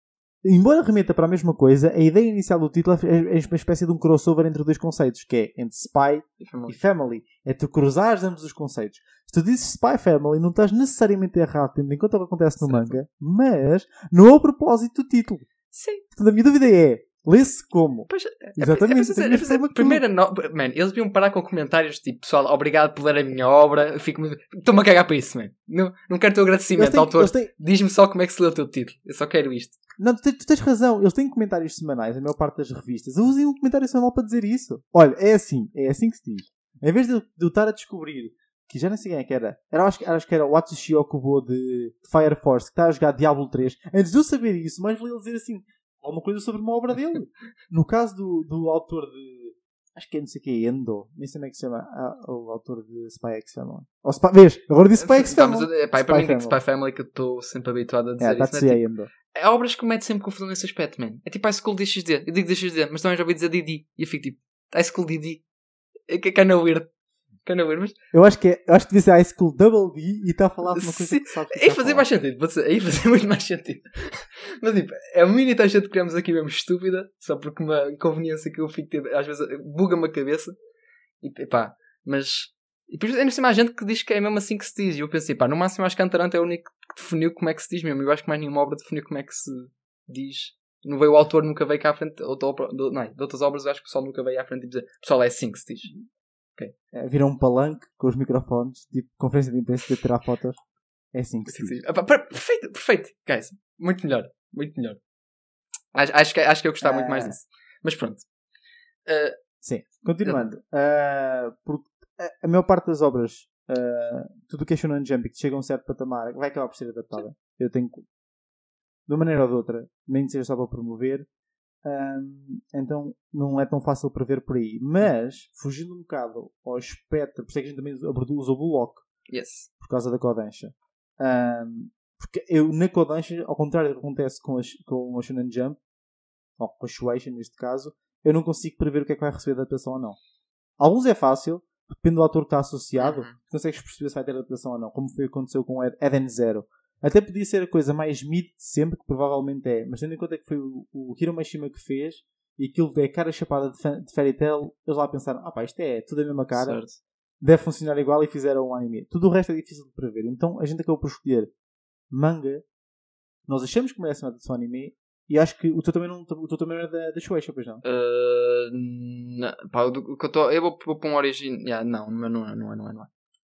embora remeta para a mesma coisa, a ideia inicial do título é, é uma espécie de um crossover entre dois conceitos, que é entre Spy E family. e Family. É tu cruzares ambos os conceitos. Se tu dizes Spy Family, não estás necessariamente errado, tendo em conta o que acontece no Certo. manga, mas não é o propósito do título. Sim. Portanto, a minha dúvida é, lê-se como? Pois, é, Exatamente, É, é, é, tem é, a mesma forma que tu. primeira no... Man, eles deviam parar com comentários tipo, pessoal, obrigado por ler a minha obra. Fico... Estou-me a cagar para isso, man. Não, não quero o teu agradecimento, Eles têm- autor. eles têm- Diz-me só como é que se lê o teu título. Eu só quero isto. Não, tu tens, tu tens razão. Eles têm comentários semanais, a maior parte das revistas. Usem um comentário semanal para dizer isso. Olha, é assim. É assim que se diz. Em vez de eu, de eu estar a descobrir, que já não sei quem é que era, era acho, que- acho que era o Atsushi Okubo de Fire Force, que está a jogar Diablo três. Antes de eu saber isso, mais valia ele dizer assim, alguma coisa sobre uma obra dele. No caso do, do autor de... Acho que é não sei o que, Endo. Nem sei como é que se chama. Ah, o autor de Spy X Family. Ou Spy, vês? Agora disse Spy X Tá, mas, Family. é, pá, é para Spy mim tem que Family. Spy Family que eu estou sempre habituado a dizer É, isso. Né? Tatsuya Tipo, Endo. é obras que metem sempre confusão nesse aspecto, man. É tipo High School D X D. Eu digo D X D, mas também já ouvi dizer D D. E eu fico tipo, High School D D. É que kind of weird. Kind of weird, mas... Eu acho que é, eu acho que devia ser High School Double D e está a falar de uma coisa Sim, que sabe que aí está a fazia falar. mais sentido, pode ser, aí fazia muito mais sentido. Mas tipo, é uma mini tangente que criamos aqui mesmo estúpida, só porque uma inconveniência que eu fico tendo, às vezes buga-me a cabeça. E pá, mas. E depois ainda assim há gente que diz que é mesmo assim que se diz. E eu pensei, pá, no máximo acho que Hunter x Hunter é o único que definiu como é que se diz mesmo. Eu acho que mais nenhuma obra definiu como é que se diz. Não veio o autor, nunca veio cá à frente. Ou de, de, não, de outras obras, eu acho que o pessoal nunca veio à frente e dizer, pessoal, é assim que se diz. Okay. É, viram um palanque com os microfones, tipo conferência de imprensa de tirar fotos. É assim que se Sim, diz. sim. Ah, pá, perfeito, perfeito, guys. Muito melhor, muito melhor. Acho, acho, que, acho que eu gostava Ah. muito mais disso. Mas pronto. Uh, Sim, continuando. Uh, porque a, a maior parte das obras, uh, tudo o que é Shonen Jump que chega a um certo patamar, vai acabar por ser adaptada. Eu tenho, de uma maneira ou de outra, nem que seja só para promover. Um, então não é tão fácil prever por aí. Mas, fugindo um bocado ao espectro, por isso é que a gente também abordou, usou o Blue Lock. yes. Por causa da Kodansha. Um, porque eu, na Kodansha, ao contrário do que acontece com a, com a Shonen Jump, ou com a Shueisha neste caso, eu não consigo prever o que é que vai receber de adaptação ou não. Alguns é fácil, depende do autor que está associado, Uhum. consegues perceber se vai ter adaptação ou não, como foi aconteceu com Eden Zero. Até podia ser a coisa mais mid de sempre, que provavelmente é, mas tendo em conta que foi o, o Hiro Mashima que fez, e aquilo é cara chapada de, fan, de Fairy Tail, eles lá pensaram, ah pá, isto é tudo a mesma cara, Certo. deve funcionar igual, e fizeram um anime. Tudo o resto é difícil de prever. Então a gente acabou por escolher manga, nós achamos que merece uma adaptação anime, e acho que o teu também, não, o teu também é da, da Shueisha, pois não? Uh, não, pá, o que eu, tô, eu vou, vou para um origem. Yeah, não, não é, não é, não é, não é.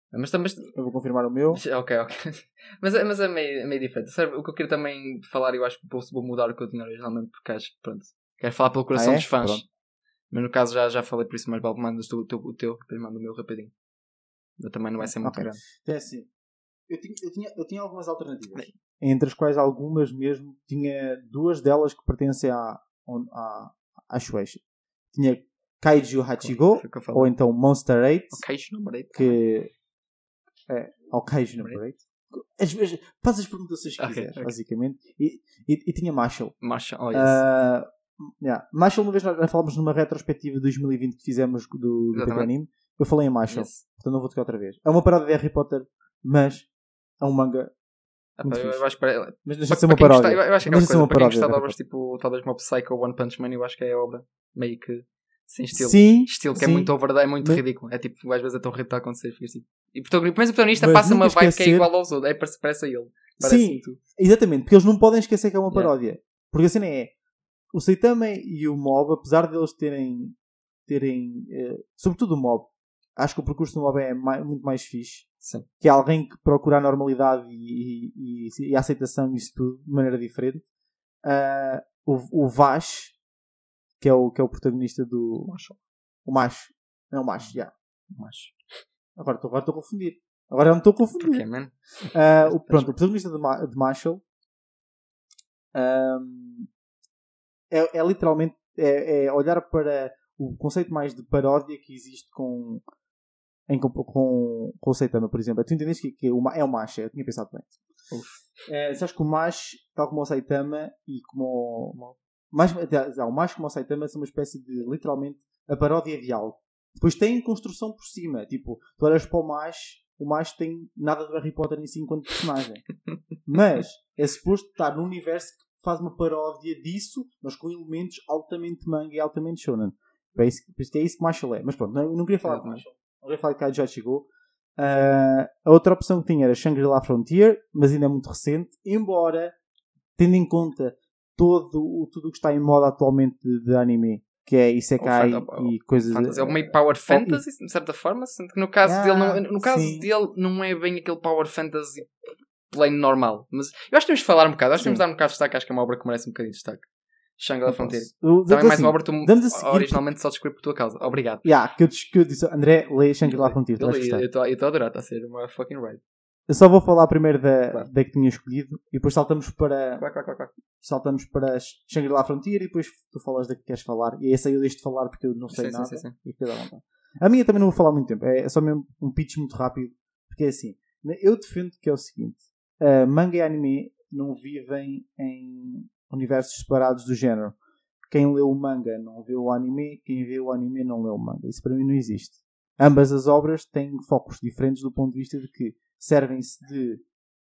Mas também... Eu vou confirmar o meu. Ok, ok. Mas, é- mas é, meio, é meio diferente. Sabe, o que eu queria também falar, eu acho que vou, vou mudar o que eu tinha originalmente, porque acho que, pronto, quero falar pelo coração Ah, é? dos fãs. Pronto. Mas no caso já, já falei por isso, mas vale, mandas tu, o teu, o teu, depois mando o meu rapidinho. Mas também não vai ser muito Ok. grande. Então é assim. Eu tinha, eu, tinha, eu tinha algumas alternativas. Entre as quais algumas mesmo. Tinha duas delas que pertencem à, à, à Shueisha. Tinha Kaiju Hachigo, Foi o que eu falei. ou então Monster eight. O Kaiju número oito. Que é ao Kaiju número oito. Às vezes faz as perguntações que Ok, quiseres, ok. basicamente. E, e, e tinha Marshall. Marshall, oh yes. Uh, yeah. Marshall, uma vez nós já falámos numa retrospectiva de dois mil e vinte que fizemos do, do P T Anime. Eu falei em Marshall, Yes. portanto não vou tocar outra vez. É uma paródia de Harry Potter, mas é um manga Ah, muito pá, eu, fixe. eu acho que para, Mas deixa para, de ser para uma quem paródia. gostar, eu, eu acho que é Mas uma deixa de ser coisa, uma para quem paródia. gostar de de obras tipo talvez Mob Psycho ou One Punch Man, eu acho que é a obra meio que sem estilo. Sim, Estilo que sim. é muito overdone, é muito Mas- ridículo. É tipo, às vezes é tão ridículo a acontecer. Fica assim. E protagonista, mas o protagonista Mas passa nunca uma vibe que é esquecer- igual aos outros. É, parece, parece a ele. Parece Sim, tudo. exatamente, porque eles não podem esquecer que é uma Yeah. paródia. Porque assim é. O Saitama e o Mob, apesar deles terem. terem eh, sobretudo o Mob, acho que o percurso do Mob é mai- muito mais fixe. Sim. Que é alguém que procura a normalidade e, e, e a aceitação e isso tudo de maneira diferente. Ah, o, o Vash, que é o, que é o protagonista do. Marshall. O Macho. Não, o Macho, já. Mas, Agora estou agora estou a confundir. Agora eu não estou a confundir. porquê, man? Ah, o, pronto, o protagonista de, Ma- de Marshall ahm, é, é literalmente é, é olhar para o conceito mais de paródia que existe com, em, com, com, com o Saitama, por exemplo. Tu entendes que, que o Ma- é o Macho, eu tinha pensado bem. É, sabes que o Macho, tal como o Saitama e como o, mais, não, o Macho como o Saitama são uma espécie de, literalmente, a paródia de algo. Depois tem construção por cima. Tipo, tu olhas para o Macho, o Macho tem nada de Harry Potter em si enquanto personagem. Mas é suposto estar num universo que faz uma paródia disso, mas com elementos altamente manga e altamente shonen. É isso, por isso que é isso que Marshall é. Mas pronto, não, não queria falar de Marshall. Não queria falar de Kaiju Hachigo. Uh, a outra opção que tinha era Shangri-La Frontier, mas ainda é muito recente. Embora, tendo em conta todo o tudo o que está em moda atualmente de, de anime, que é Isekai Ou fan- e coisas... Fantasy. É o meio Power Fantasy, de certa forma. Sendo que no caso, Ah, dele, não, no caso sim. dele não é bem aquele Power Fantasy plane normal. Mas eu acho que temos de falar um bocado. Acho que temos de dar um bocado de destaque. Acho que é uma obra que merece um bocadinho de destaque. Shangri-La Frontier. Eu- Também assim, mais uma obra que tu damos a seguir originalmente só descobri por tua causa. Obrigado. Yeah, que, eu, disse- que eu disse, André, lê Shangri-La Frontier, tu Eu vais gostar. estou a adorar, está a ser uma fucking ride. Eu só vou falar primeiro da, Claro. da que tinha escolhido e depois saltamos para Claro, claro, claro, claro. saltamos para Shangri-La Frontier e depois tu falas da que queres falar. E essa aí eu deixo de falar porque eu não sei Sim, sim, nada. sim, sim. E fica à vontade. A minha também não vou falar muito tempo. É só mesmo um pitch muito rápido. Porque é assim. Eu defendo que é o seguinte. Uh, manga e anime não vivem em universos separados do género. Quem lê o manga não vê o anime. Quem vê o anime não lê o manga. Isso para mim não existe. Ambas as obras têm focos diferentes do ponto de vista de que servem-se de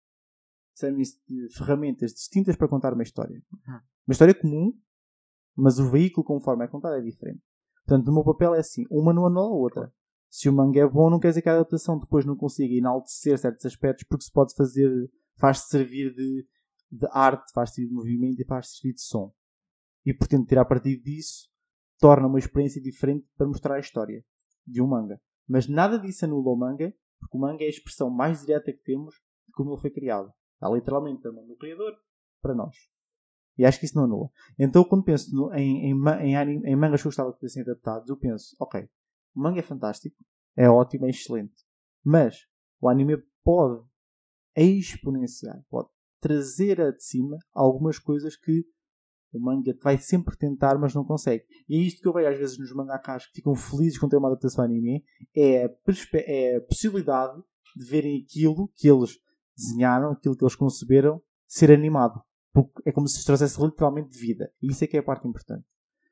servem-se de ferramentas distintas para contar uma história. Uhum. Uma história comum, mas o veículo conforme é contado é diferente. Portanto, o meu papel é assim, uma não anula a outra. Se o manga é bom, não quer dizer que a adaptação depois não consiga enaltecer certos aspectos, porque se pode fazer, faz-se servir de, de arte, faz-se servir de movimento e faz-se servir de som. E, portanto, tirar partido disso torna uma experiência diferente para mostrar a história de um manga. Mas nada disso anula o manga, porque o manga é a expressão mais direta que temos de como ele foi criado. Está literalmente da mão do criador para nós. E acho que isso não anula. Então, quando penso no, em, em, em, anime, em mangas que eu gostava de ter sido adaptados, eu penso, ok, o manga é fantástico, é ótimo, é excelente. Mas o anime pode exponenciar, pode trazer a de cima algumas coisas que o manga vai sempre tentar, mas não consegue. E é isto que eu vejo às vezes nos mangakás que ficam felizes com ter uma adaptação anime, é a, perspe- é a possibilidade de verem aquilo que eles desenharam, aquilo que eles conceberam, ser animado. Porque é como se trouxesse literalmente de vida. E isso é que é a parte importante.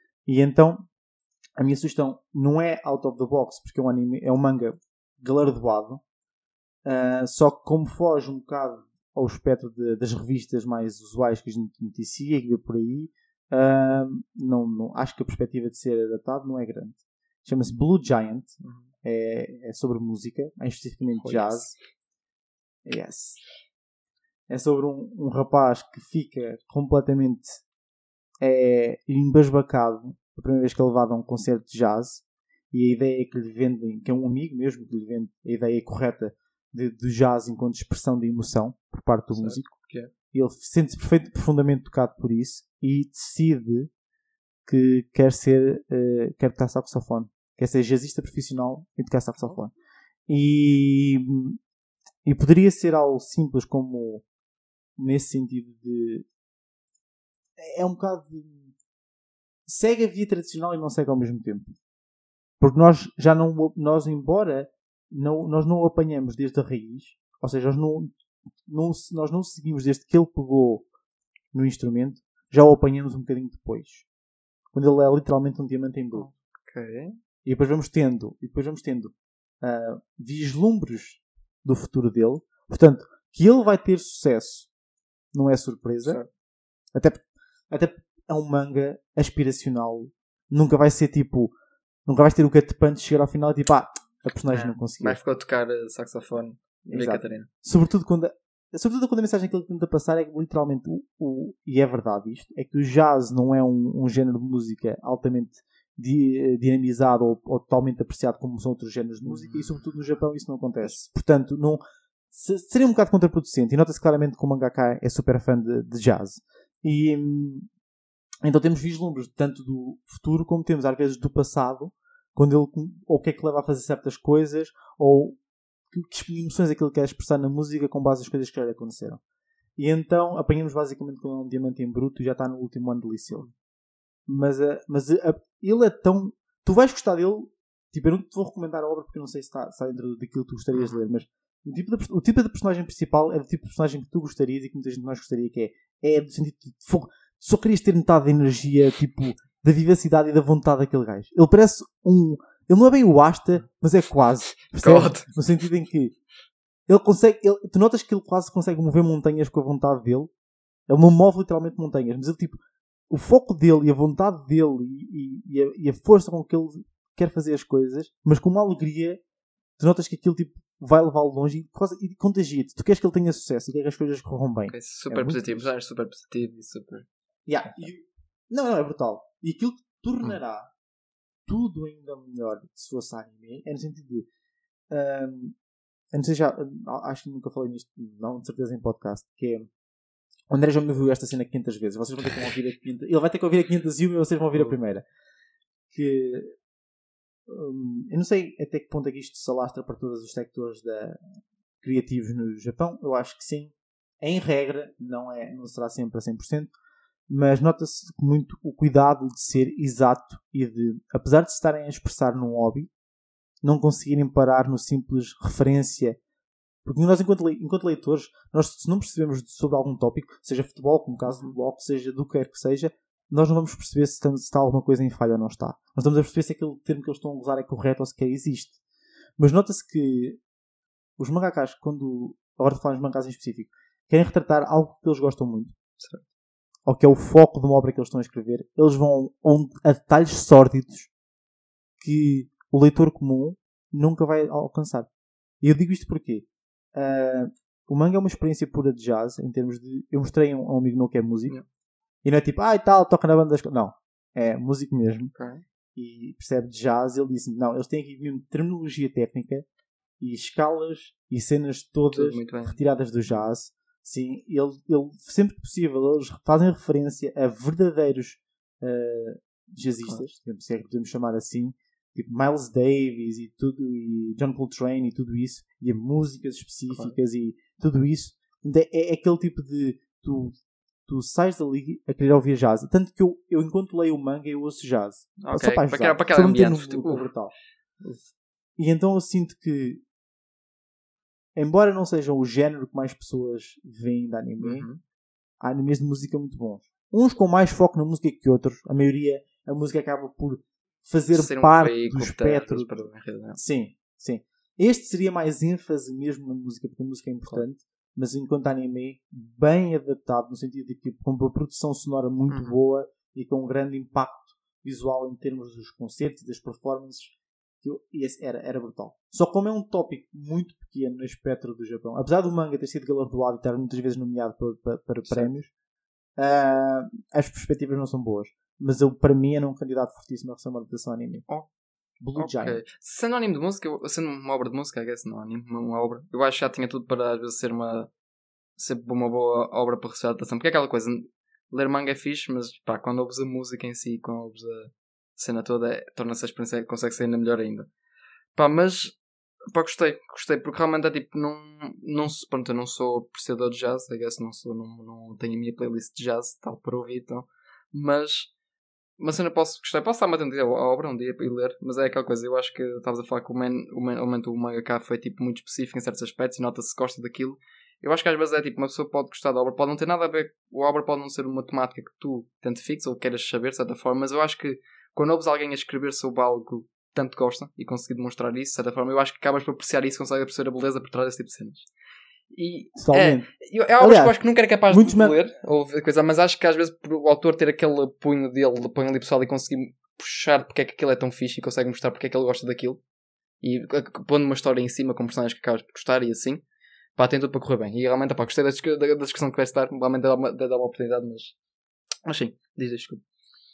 E então, a minha sugestão não é out of the box, porque é um, anime, é um manga galardoado, uh, só que como foge um bocado ao espectro de, das revistas mais usuais que a gente noticia e que vê por aí, uh, não, não, acho que a perspectiva de ser adaptado não é grande. Chama-se Blue Giant. Uhum. É, é sobre música, mais especificamente oh, jazz. Yes. yes. É sobre um, um rapaz que fica completamente é, embasbacado a primeira vez que é levado a um concerto de jazz, e a ideia que lhe vendem, que é um amigo mesmo que lhe vende a ideia correta de, do jazz enquanto expressão de emoção por parte do certo. músico. Okay. Ele sente-se perfeito, profundamente tocado por isso e decide que quer ser, uh, quer tocar saxofone. Quer ser jazzista profissional e tocar saxofone. E, e poderia ser algo simples como nesse sentido de... É um bocado de... Segue a via tradicional e não segue ao mesmo tempo. Porque nós já não... Nós, embora não, nós não o apanhamos desde a raiz, ou seja, nós não, não, nós não o seguimos desde que ele pegou no instrumento, já o apanhamos um bocadinho depois. Quando ele é literalmente um diamante em bruto. Ok. E depois vamos tendo, e depois vamos tendo uh, vislumbres do futuro dele. Portanto, que ele vai ter sucesso não é surpresa. Certo. Até, até é um manga aspiracional. Nunca vai ser tipo... Nunca vais ter o gut punch de chegar ao final e tipo, ah, a personagem é, não conseguiu. Mas ficou a tocar saxofone e a Catarina. Sobretudo quando, a, sobretudo quando a mensagem que ele tenta passar é que literalmente, o, o, e é verdade isto, é que o jazz não é um, um género de música altamente di, dinamizado ou, ou totalmente apreciado como são outros géneros de música, e sobretudo no Japão isso não acontece. Portanto, não, se, seria um bocado contraproducente, e nota-se claramente que o mangaka é super fã de, de jazz. E então temos vislumbres tanto do futuro como temos às vezes do passado, quando ele, ou o que é que leva a fazer certas coisas, ou que, que emoções é que ele quer expressar na música com base nas coisas que já lhe aconteceram. E então apanhamos basicamente com um diamante em bruto e já está no último ano de liceu. Mas, uh, mas uh, ele é tão... Tu vais gostar dele, tipo, eu não te vou recomendar a obra porque eu não sei se está, se está dentro daquilo que tu gostarias de ler, mas o tipo, de, o tipo de personagem principal é do tipo de personagem que tu gostarias e que muita gente mais gostaria, que é, é do sentido de fogo. Só querias ter metade da energia, tipo, da vivacidade e da vontade daquele gajo. Ele parece um... Ele não é bem o Asta, mas é quase. Percebes? No sentido em que ele consegue... Ele, tu notas que ele quase consegue mover montanhas com a vontade dele. Ele não move literalmente montanhas, mas ele, tipo, o foco dele e a vontade dele e, e, e, a, e a força com que ele quer fazer as coisas, mas com uma alegria, tu notas que aquilo, tipo, vai levá-lo longe e, quase, e contagia-te. Tu queres que ele tenha sucesso e queres que as coisas corram bem. Okay, super é positivo, já é super positivo e super... Yeah. E, não, não, é brutal. E aquilo que tornará hum. tudo ainda melhor se fosse anime é no sentido de... Um, eu não sei já... Acho que nunca falei nisto, não, de certeza em podcast, que é... O André já me viu esta cena quinhentas vezes. Vocês vão ter que ouvir a quinhentas... Ele vai ter que ouvir a quinhentas e uma e vocês vão ouvir a primeira. Que... Um, eu não sei até que ponto é que isto se alastra para todos os sectores da... criativos no Japão. Eu acho que sim. Em regra, não, é, não será sempre a cem por cento. Mas nota-se muito o cuidado de ser exato e de, apesar de se estarem a expressar num hobby, não conseguirem parar no simples referência. Porque nós, enquanto, le- enquanto leitores, nós, se não percebemos sobre algum tópico, seja futebol, como o caso do bloco, seja do que quer que seja, nós não vamos perceber se, estamos, se está alguma coisa em falha ou não está. Nós estamos a perceber se aquele termo que eles estão a usar é correto ou se quer existe. Mas nota-se que os mangakas, quando, agora de falar dos mangás em específico, querem retratar algo que eles gostam muito. Certo. Ou que é o foco de uma obra que eles estão a escrever, eles vão a detalhes sórdidos que o leitor comum nunca vai alcançar. E eu digo isto porque uh, o manga é uma experiência pura de jazz, em termos de... Eu mostrei a um, um amigo meu que é músico, yeah. E não é tipo, ah e tal, toca na banda das... Não, é músico mesmo. Okay. E percebe de jazz, ele disse, não, eles têm aqui mesmo terminologia técnica e escalas e cenas todas retiradas do jazz. Sim, ele, ele, sempre que possível, eles fazem referência a verdadeiros uh, jazzistas, claro. Se é que podemos chamar assim, tipo Miles Davis e tudo, e John Coltrane e tudo isso, e a músicas específicas, claro. E tudo isso. É, é aquele tipo de... Tu, tu sais dali a querer ouvir jazz. Tanto que eu, eu enquanto leio o manga, eu ouço jazz. Okay. Só para ajudar. Para, para aquele ambiente. No, no, brutal. E então eu sinto que, embora não sejam o género que mais pessoas veem de anime, uhum. Há animes de música muito bons. Uns com mais foco na música que outros. A maioria, a música acaba por fazer Ser parte um do espectro. Para... Sim, sim. Este seria mais ênfase mesmo na música, porque a música é importante. Claro. Mas enquanto anime, bem adaptado, no sentido de que com uma produção sonora muito uhum. boa e com um grande impacto visual em termos dos concertos e das performances. E esse era, era brutal. Só como é um tópico muito pequeno no espectro do Japão, apesar do manga ter sido galardoado e estar muitas vezes nomeado para, para, para prémios, uh, as perspectivas não são boas. Mas eu, para mim, era um candidato fortíssimo a receber uma adaptação anime. Oh. Blue Ok. Giant. Sendo anime de música, eu- sendo uma obra de música, I guess, não anime, uma, uma obra, eu acho que já tinha tudo para às vezes ser uma, ser uma boa obra para receber adaptação. Porque é aquela coisa, ler manga é fixe, mas pá, quando ouves a música em si, quando ouves a cena toda, é, torna-se a experiência, consegue ser ainda melhor ainda. Pá, mas pá, gostei, gostei, porque realmente é tipo, não, não, se- pronto, eu não sou apreciador de jazz, I guess, não, sou, não, não tenho a minha playlist de jazz, tal, para ouvir, então, mas, mas eu não posso gostar, posso estar-me a atender à obra um dia para ir ler, mas é aquela coisa, eu acho que estavas a falar que o, man, o, man, o momento do mangaka foi tipo muito específico em certos aspectos e nota-se que gosta daquilo. Eu acho que às vezes é tipo, uma pessoa pode gostar da obra, pode não ter nada a ver, a obra pode não ser uma temática que tu identifiques ou queiras saber, de certa forma, mas eu acho que quando ouves alguém a escrever sobre algo que tanto gosta e conseguir demonstrar isso, de certa forma, eu acho que acabas por apreciar isso, consegues apreciar a beleza por trás desse tipo de cenas. E Totalmente. é, eu, é obras Aliás, que eu acho que nunca era capaz muitos de man- ler, ou ver coisa, mas acho que às vezes por o autor ter aquele punho dele, punho ali pessoal e conseguir puxar porque é que aquilo é tão fixe e consegue mostrar porque é que ele gosta daquilo e pondo uma história em cima com personagens que acabas por gostar e assim, pá, tem tudo para correr bem. E realmente, pá, gostei da, descri- da, da descrição que vais dar, realmente dá uma, dá uma oportunidade, mas mas sim, diz, diz, desculpa.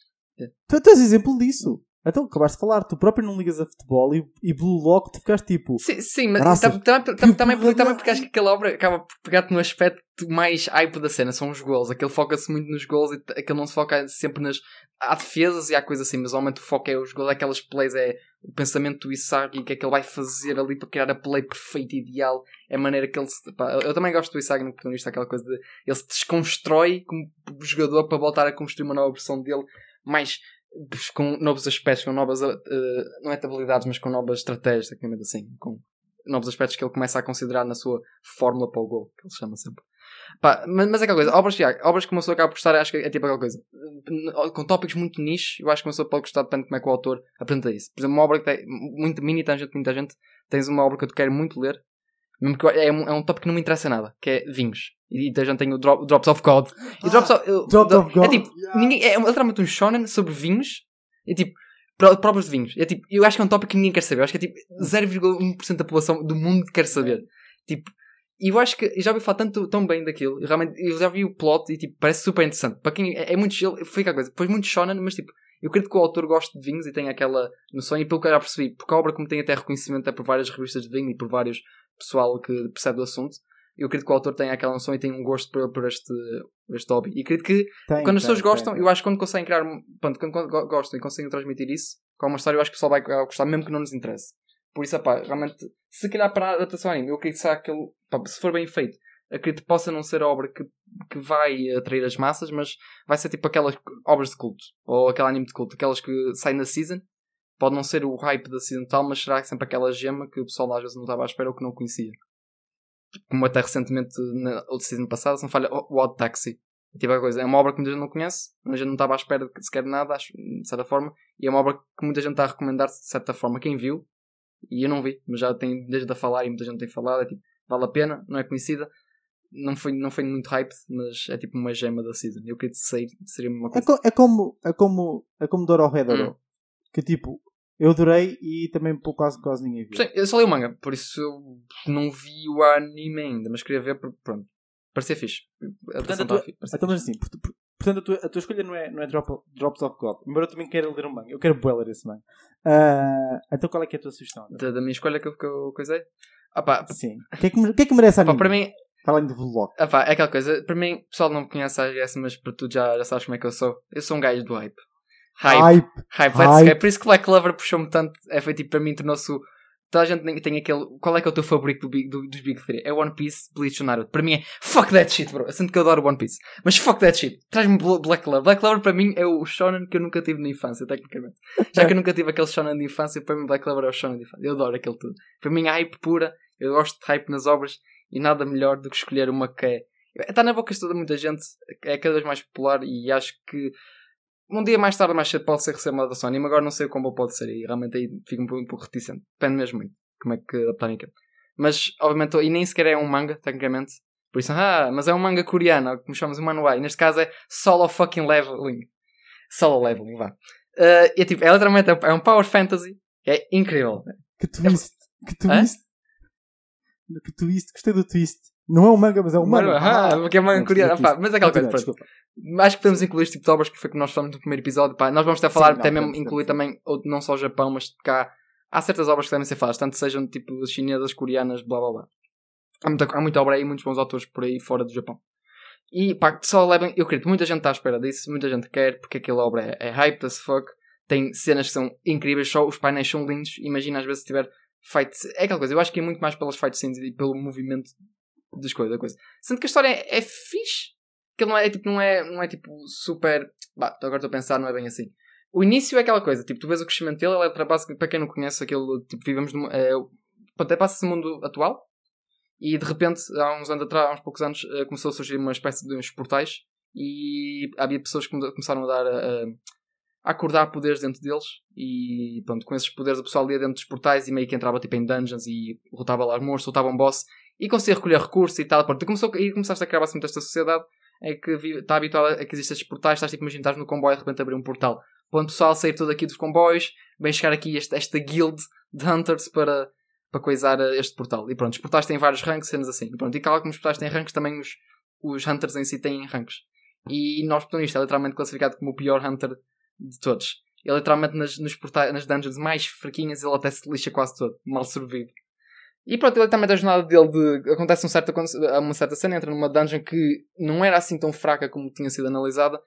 Tu, tu és exemplo disso. Então, acabaste de falar, tu próprio não ligas a futebol e, e Blue Lock tu ficaste tipo... Sim, sim, mas Graças. tam- tam- tam- Que também, porra também de- porque acho que aquela obra acaba por pegar-te no aspecto mais hype da cena, são os gols. Aquele foca-se muito nos gols e t- aquele não se foca sempre nas... Há defesas e há coisas assim, mas normalmente o foco é os gols, aquelas plays, é o pensamento do Isagi, o que é que ele vai fazer ali para criar a play perfeita e ideal. É a maneira que ele se... Pá, eu, eu também gosto do Isagi no protagonista, aquela coisa de... Ele se desconstrói como jogador para voltar a construir uma nova versão dele, mais... com novos aspectos, com novas uh, não é habilidades, mas com novas estratégias, tecnicamente assim, com novos aspectos que ele começa a considerar na sua fórmula para o gol, que ele chama sempre. Pá, mas, mas é aquela coisa, obras, já, obras que uma pessoa acaba por gostar, acho que é tipo aquela coisa, com tópicos muito niche, eu acho que uma pessoa pode gostar depende de como é que o autor apresenta isso. Por exemplo, uma obra que tem muito mini tangente, muita gente, tens uma obra que eu quero muito ler, mesmo que eu, é, um, é um tópico que não me interessa nada, que é vinhos. E então a gente tem o drop, Drops of God. E Ah, Drops of, uh, Drops do, of God. É tipo, Yeah. ninguém, é literalmente um shonen sobre vinhos. É tipo, pró- próprios de vinhos. É tipo, eu acho que é um tópico que ninguém quer saber. Eu acho que é tipo zero vírgula um por cento da população do mundo quer saber. Tipo, e eu acho que eu já ouvi falar tanto, tão bem daquilo. Eu, realmente, eu já vi o plot e tipo, parece super interessante. Para quem é, é muito chill, foi aquela coisa. Depois muito shonen, mas tipo, eu acredito que o autor goste de vinhos e tenha aquela noção. E pelo que eu já percebi, porque a obra, como tem até reconhecimento, é por várias revistas de vinho e por vários pessoal que percebe do assunto. Eu acredito que o autor tenha aquela noção e tenha um gosto por, por este, por este hobby. E acredito que Tem, quando as tem, pessoas gostam, tem, eu acho que quando conseguem criar, pronto, quando, quando gostam e conseguem transmitir isso com uma história, eu acho que o pessoal vai gostar, mesmo que não nos interesse. Por isso, pá, realmente, se calhar para a adaptação anime, eu acredito que aquele, pá, se for bem feito, acredito que possa não ser a obra que, que vai atrair as massas, mas vai ser tipo aquelas obras de culto, ou aquele anime de culto, aquelas que saem na season. Pode não ser o hype da season tal, mas será sempre aquela gema que o pessoal às vezes não estava à espera ou que não conhecia. Como até recentemente na outra season passada, se não falha, o Odd Taxi. Tipo a coisa, é uma obra que muita gente não conhece, muita gente não estava à espera de sequer nada, acho, de certa forma, e é uma obra que muita gente está a recomendar de certa forma. Quem viu, e eu não vi, mas já tem muita gente a falar e muita gente tem falado, é tipo, vale a pena, não é conhecida, não foi, não foi muito hype, mas é tipo uma gema da season. Eu queria dizer, seria uma É, coisa. co- é como é como é como Dorohedoro, Hum. que tipo eu adorei e também por quase quase ninguém viu. Sim, eu só li o manga, por isso eu não vi o anime ainda, mas queria ver, porque, pronto, parecia fixe. A Portanto, a atuação tua, estava fixe, parecia então, mas assim, port- por- portanto, a tua, a tua escolha não é, não é Drop, Drops of God. Embora eu também queira ler um manga. Eu quero bué ler esse manga. Ah, então qual é que é a tua sugestão? da, da minha escolha que eu, que eu coisei. Ah pá, Sim. O que é que, o que, é que merece a pá, mim? para mim, Para além do vlog. ah pá, é aquela coisa, para mim, o pessoal não me conhece a essa, mas para tu já, já sabes como é que eu sou. Eu sou um gajo do hype. Hype. Hype. Hype, Hype. let's go. Por isso que Black Clover puxou-me tanto. É foi tipo, para mim, tornou-se o. Toda a gente tem, tem aquele. Qual é que é o teu favorito do Big, do, dos Big three? É One Piece, Bleach ou Naruto. Para mim é fuck that shit, bro. Eu sinto que eu adoro One Piece. Mas fuck that shit. Traz-me Black Clover. Black Clover para mim é o shonen que eu nunca tive na infância, tecnicamente. Já que eu nunca tive aquele shonen de infância, para mim Black Clover é o shonen de infância. Eu adoro aquele tudo. Para mim é hype pura. Eu gosto de hype nas obras e nada melhor do que escolher uma que é. Está na boca de toda muita gente. É cada vez mais popular e acho que. Um dia mais tarde, mais cedo, pode ser receber uma adaptação anime. Agora não sei como pode ser. E realmente aí fico um pouco, um pouco reticente. Depende mesmo muito como é que adaptarem aquilo. Mas, obviamente, e nem sequer é um manga, tecnicamente. Por isso, ah, mas é um manga coreano, como chamamos o manuai. Neste caso é Solo Fucking Leveling. Solo Leveling, vá. Uh, e é tipo, é literalmente é um power fantasy. É incrível. Que twist. Que Hã? twist. Que twist. Gostei do twist. Não é um manga, mas é um manga. Ah, porque é manga Não, coreano. gostei do Pá, twist. mas é aquela coisa, Continua, pronto. Acho que podemos incluir este tipo de obras que foi que nós falamos no primeiro episódio. Pá, nós vamos até falar, Sim, até não, mesmo temos, incluir temos. também, ou não só o Japão, mas cá há certas obras que devem ser faladas, tanto sejam tipo chinesas, coreanas, blá blá blá. Há muita, há muita obra aí, muitos bons autores por aí fora do Japão. E pá, só levem, eu acredito, muita gente está à espera disso, muita gente quer, porque aquela obra é, é hyped as fuck, tem cenas que são incríveis, só os painéis são lindos. Imagina às vezes se tiver fight, é aquela coisa, eu acho que é muito mais pelas fight scenes e pelo movimento das coisas, da coisa. Sendo que a história é, é fixe, que não é, tipo, não é, não é tipo super, bah, agora estou a pensar, não é bem assim. O início é aquela coisa, tipo, tu vês o crescimento dele, ele é básico, para quem não conhece aquele, tipo, vivemos numa, é, até passa-se no mundo atual. E de repente, há uns anos atrás, há uns poucos anos, começou a surgir uma espécie de uns portais e havia pessoas que começaram a dar a, a acordar poderes dentro deles e pronto, com esses poderes o pessoal ia dentro dos portais e meio que entrava tipo em dungeons e derrotava lá monstros, soltava um boss e conseguia recolher recursos e tal. Pronto, e, começou, e começaste a criar basicamente esta sociedade é que está habituada a que existem estes portais, estás tipo, imagina, estás no comboio e de repente abrir um portal. Para o pessoal sair todo aqui dos comboios, vem chegar aqui este, esta guild de hunters para... para coisar este portal. E pronto, os portais têm vários ranks, cenas assim. E pronto, e claro que os portais têm ranks, também os, os hunters em si têm ranks. E nós, protagonista, é literalmente classificado como o pior hunter de todos. Ele literalmente nas, nos portais, nas dungeons mais fraquinhas, ele até se lixa quase todo. Mal sobrevive. E pronto, ele literalmente a jornada dele de... Acontece um certo, uma certa cena, entra numa dungeon que não era assim tão fraca como tinha sido analisada.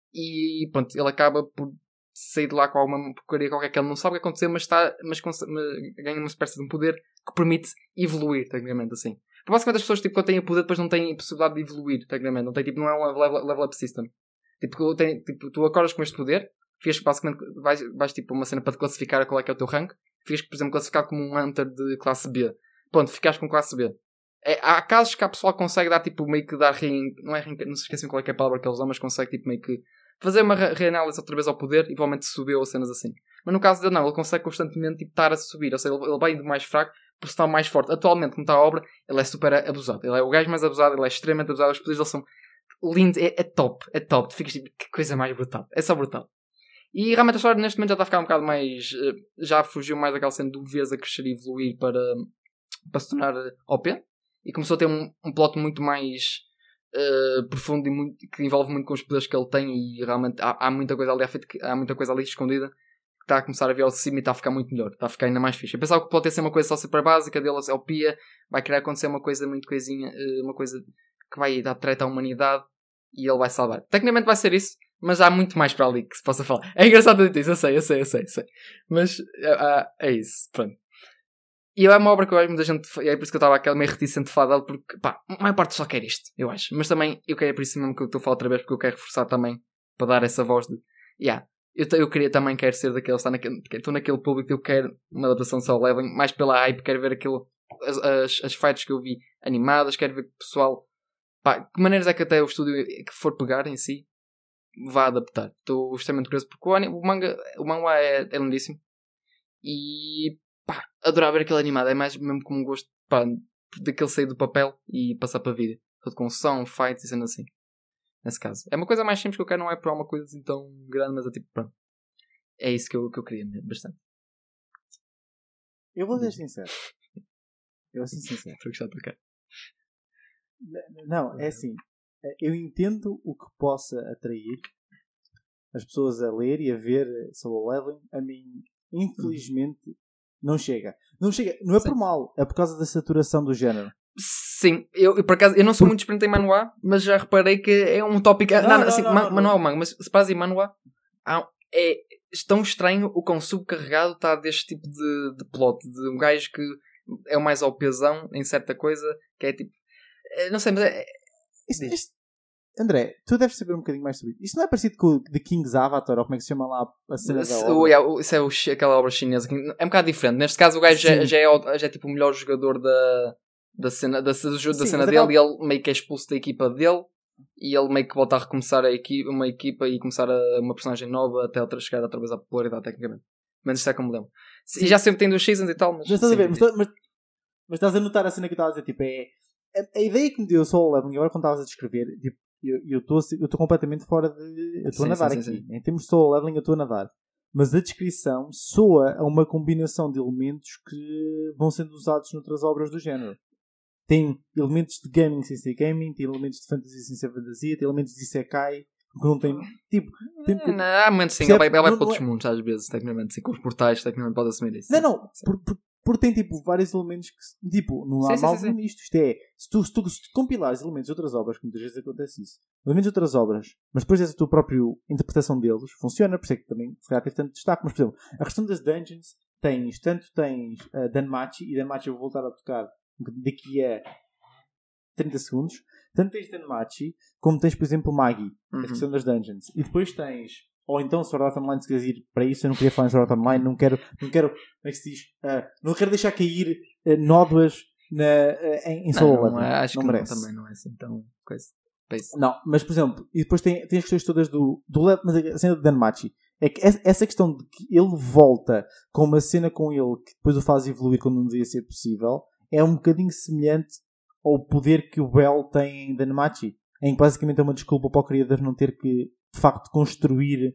E pronto, ele acaba por sair de lá com alguma porcaria qualquer que ele não sabe o que aconteceu, mas, está, mas, mas ganha uma espécie de um poder que permite evoluir, tecnicamente, assim. Basicamente as pessoas tipo, que têm o poder depois não têm possibilidade de evoluir, tecnicamente. Não tem, tipo, não é um level, level up system. Tipo, tem, tipo, tu acordas com este poder, ficas basicamente, vais, vais tipo uma cena para te classificar qual é que é o teu rank, ficas, por exemplo, classificado como um hunter de classe B. Pronto, ficas com classe B. É, há casos que a pessoa consegue dar, tipo, meio que dar rein... Não é rein... Não se esquecem qual é que é a palavra que eles usam, mas consegue, tipo, meio que fazer uma reanálise outra vez ao poder e provavelmente subiu ou cenas assim. Mas no caso dele não, ele consegue constantemente tipo, estar a subir, ou seja, ele vai indo mais fraco por estar mais forte. Atualmente, como está a obra, ele é super abusado. Ele é o gajo mais abusado, ele é extremamente abusado, os poderes dele são lindos, é, é top, é top. Tu ficas tipo, que coisa mais brutal. É só brutal. E realmente a história neste momento já está a ficar um bocado mais... Já fugiu mais daquela cena de vez a crescer e evoluir para, para se tornar O P. E começou a ter um, um plot muito mais... Uh, profundo e muito, que envolve muito com os poderes que ele tem e realmente há, há muita coisa ali à frente, há muita coisa ali escondida que está a começar a vir ao de cima e está a ficar muito melhor, está a ficar ainda mais fixe. Eu pensava que pode ter ser uma coisa só super básica dele, é o Pia, vai querer acontecer uma coisa muito coisinha, uma coisa que vai dar treta à humanidade e ele vai salvar. Tecnicamente vai ser isso, mas há muito mais para ali que se possa falar. É engraçado dizer isso, eu sei, eu sei, eu sei, eu sei. Mas uh, é isso, pronto. E é uma obra que eu acho muita gente... É por isso que eu estava meio reticente de falar dela, porque, pá, a maior parte só quer isto, eu acho. Mas também, eu quero, é por isso mesmo que eu estou a falar outra vez, porque eu quero reforçar também, para dar essa voz de... Yeah, eu, eu queria também, quero ser daquele... Estar naquele, estou naquele público que eu quero uma adaptação só Leveling, mais pela hype, quero ver aquilo... As, as, as fights que eu vi animadas, quero ver que o pessoal... Pá, que maneiras é que até o estúdio que for pegar em si, vá adaptar. Estou extremamente curioso, porque o, anime, o manga, o manga é, é lindíssimo. E... Pá, adorar ver aquele animado. É mais mesmo como um gosto, pá, daquele sair do papel e passar para a vídeo. Todo com som, fights e sendo assim. Nesse caso. É uma coisa mais simples que eu quero, não é para uma coisa assim tão grande, mas é tipo, pronto. É isso que eu, que eu queria mesmo, bastante. Eu vou ser sincero. Eu vou ser sincero. Estou a gostar de tocar. Não, é assim. Eu entendo o que possa atrair as pessoas a ler e a ver Solo Leveling. A mim, infelizmente, não chega. Não chega. Não é Sim. por mal. É por causa da saturação do género. Sim. Eu, por acaso, eu não sou muito experiente em manuá, mas já reparei que é um tópico... Não, não, não, assim, não, man, não, manuá não. ou manga, mas se faz em manuá, há, é tão estranho o quão subcarregado está deste tipo de, de plot. De um gajo que é o mais opesão em certa coisa, que é tipo... Não sei, mas é... Isto, isto, André, tu deves saber um bocadinho mais sobre isso. Isto não é parecido com o The King's Avatar, ou como é que se chama lá a cena da obra? Yeah, isso é o, aquela obra chinesa. É um bocado diferente. Neste caso o gajo já, já, é, já é tipo o melhor jogador da, da cena, da, do jogo, da Sim, cena dele acaba... e ele meio que é expulso da equipa dele e ele meio que volta a recomeçar a equipa, uma equipa e começar a, uma personagem nova até outra chegar outra vez à popularidade tecnicamente. Menos isto é como lembro. E já sempre tem duas seasons e tal, mas... Mas estás a ver, mas, mas, mas estás a notar a cena que eu estava a dizer, tipo, é... A, a ideia que me deu só o Leveling, agora quando estavas a descrever, tipo, eu estou eu estou completamente fora de... Eu estou a nadar sim, sim, aqui. Sim. Em termos de solo leveling, eu estou a nadar. Mas a descrição soa a uma combinação de elementos que vão sendo usados noutras obras do género. Tem elementos de gaming sem ser gaming, tem elementos de fantasia sem ser fantasia, tem elementos de isekai, Porque não tem. Tipo, tem é, não, há momentos sim, ele vai, ele vai para outros mundos às vezes, tecnicamente, sim, com os portais, tecnicamente pode assumir isso. Não, não, porque por, por tem tipo vários elementos que. Tipo, não há sim, mal sim, sim, nisto. Isto é, se tu, se, tu, se tu compilares elementos de outras obras, que muitas vezes acontece isso, elementos de outras obras, mas depois és a tua própria interpretação deles, funciona, por isso é que também se calhar teve tanto destaque. Mas, por exemplo, a questão das dungeons, tens, tanto tens uh, Danmachi, e Danmachi eu vou voltar a tocar daqui a trinta segundos. Tanto tens Danmachi, como tens, por exemplo, Magi, uhum. a questão das dungeons. E depois tens, ou então Sword Art Online, se quiseres ir para isso, eu não queria falar em Sword Art Online, não quero, não quero, como é que se diz? Uh, não quero deixar cair uh, nódoas na, uh, em, em Solo Leveling. Não, acho não que merece. Não, também não é assim tão coisa. Não, mas por exemplo, e depois tem, tem as questões todas do, do level, mas a cena de Danmachi. É que essa questão de que ele volta com uma cena com ele que depois o faz evoluir quando não devia ser possível, é um bocadinho semelhante ao poder que o Bell tem em Danmachi, em que basicamente é uma desculpa para o criador não ter que de facto construir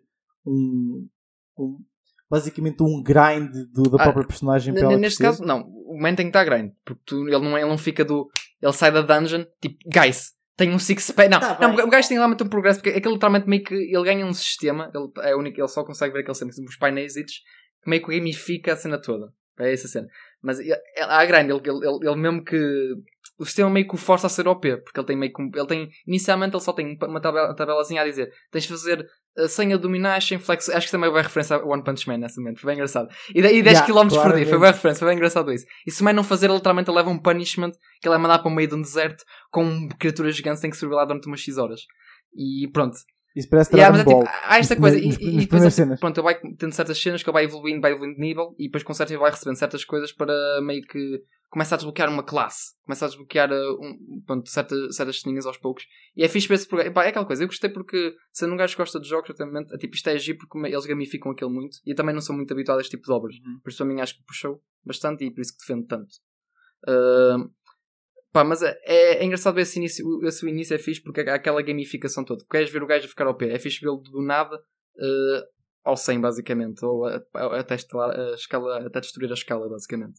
um, um basicamente um grind do, da própria ah, personagem para neste caso não, o man tem que estar grind porque tu, ele, não é, ele não fica do ele sai da dungeon tipo guys tem um six pack. Não, tá, não o gajo tem realmente um progresso, porque aquele literalmente meio que ele ganha um sistema, ele, é único, ele só consegue ver aquele cena, os painéis que meio que gamifica a cena toda. É essa cena. Mas a grind, ele, ele, ele mesmo que. O sistema meio que o força a ser O P, porque ele tem meio que. Ele tem, inicialmente ele só tem uma, tabela, uma tabelazinha a dizer: tens de fazer cem abdominais, sem flex. Acho que também é bem referência a One Punch Man nesse momento, foi bem engraçado. E dez yeah, quilómetros por dia, foi bem referência, foi bem engraçado isso. E se o man não fazer, ele literalmente leva um punishment que ele é mandar para o meio de um deserto com criaturas gigantes, tem que subir lá durante umas X horas. E pronto. Isso parece yeah, mas é, tipo, há esta coisa, nos, e, e depois é, pronto, ele vai tendo certas cenas que ele vai evoluindo, vai evoluindo de nível, e depois com certeza ele vai recebendo certas coisas para meio que começa a desbloquear uma classe, começa a desbloquear um, pronto, certas, certas ceninhas aos poucos, e é fixe para esse programa. Epá, é aquela coisa, eu gostei porque sendo um gajo que gosta de jogos, é, tipo, isto é agir porque eles gamificam aquilo muito, e eu também não sou muito habituado a este tipo de obras, uhum. Por isso a mim acho que puxou bastante e por isso que defendo tanto. Uh, Pá, mas é, é engraçado ver esse início, esse início é fixe porque há aquela gamificação toda. Queres ver o gajo a ficar ao pé, é fixe vê-lo do nada uh, ao cem basicamente, ou a, a, até, a escala, até destruir a escala basicamente.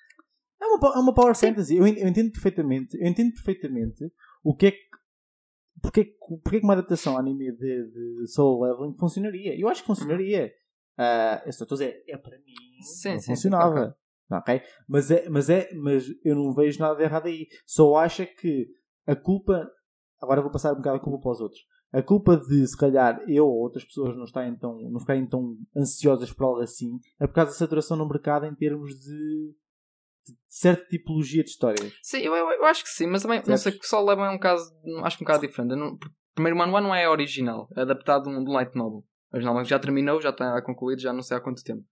É uma, é uma power fantasy, eu, eu entendo perfeitamente, eu entendo perfeitamente o que é que porque, porque é que uma adaptação anime de, de Solo Leveling funcionaria. Eu acho que funcionaria. Uh, eu só estou a dizer, é para mim sim, não sim, funcionava. Sim, ok, mas é, mas é, mas eu não vejo nada de errado aí. Só acho que a culpa, agora vou passar um bocado a culpa para os outros. A culpa de se calhar eu ou outras pessoas não estarem tão, não ficarem tão ansiosas por algo assim, é por causa da saturação no mercado em termos de, de certa tipologia de histórias. Sim, eu, eu, eu acho que sim, mas também certo? Não sei que só leva é um caso, acho que um bocado diferente. Não, primeiro, o manual não é original, é adaptado de um, de um light novel. Original, já terminou, já está concluído, já não sei há quanto tempo.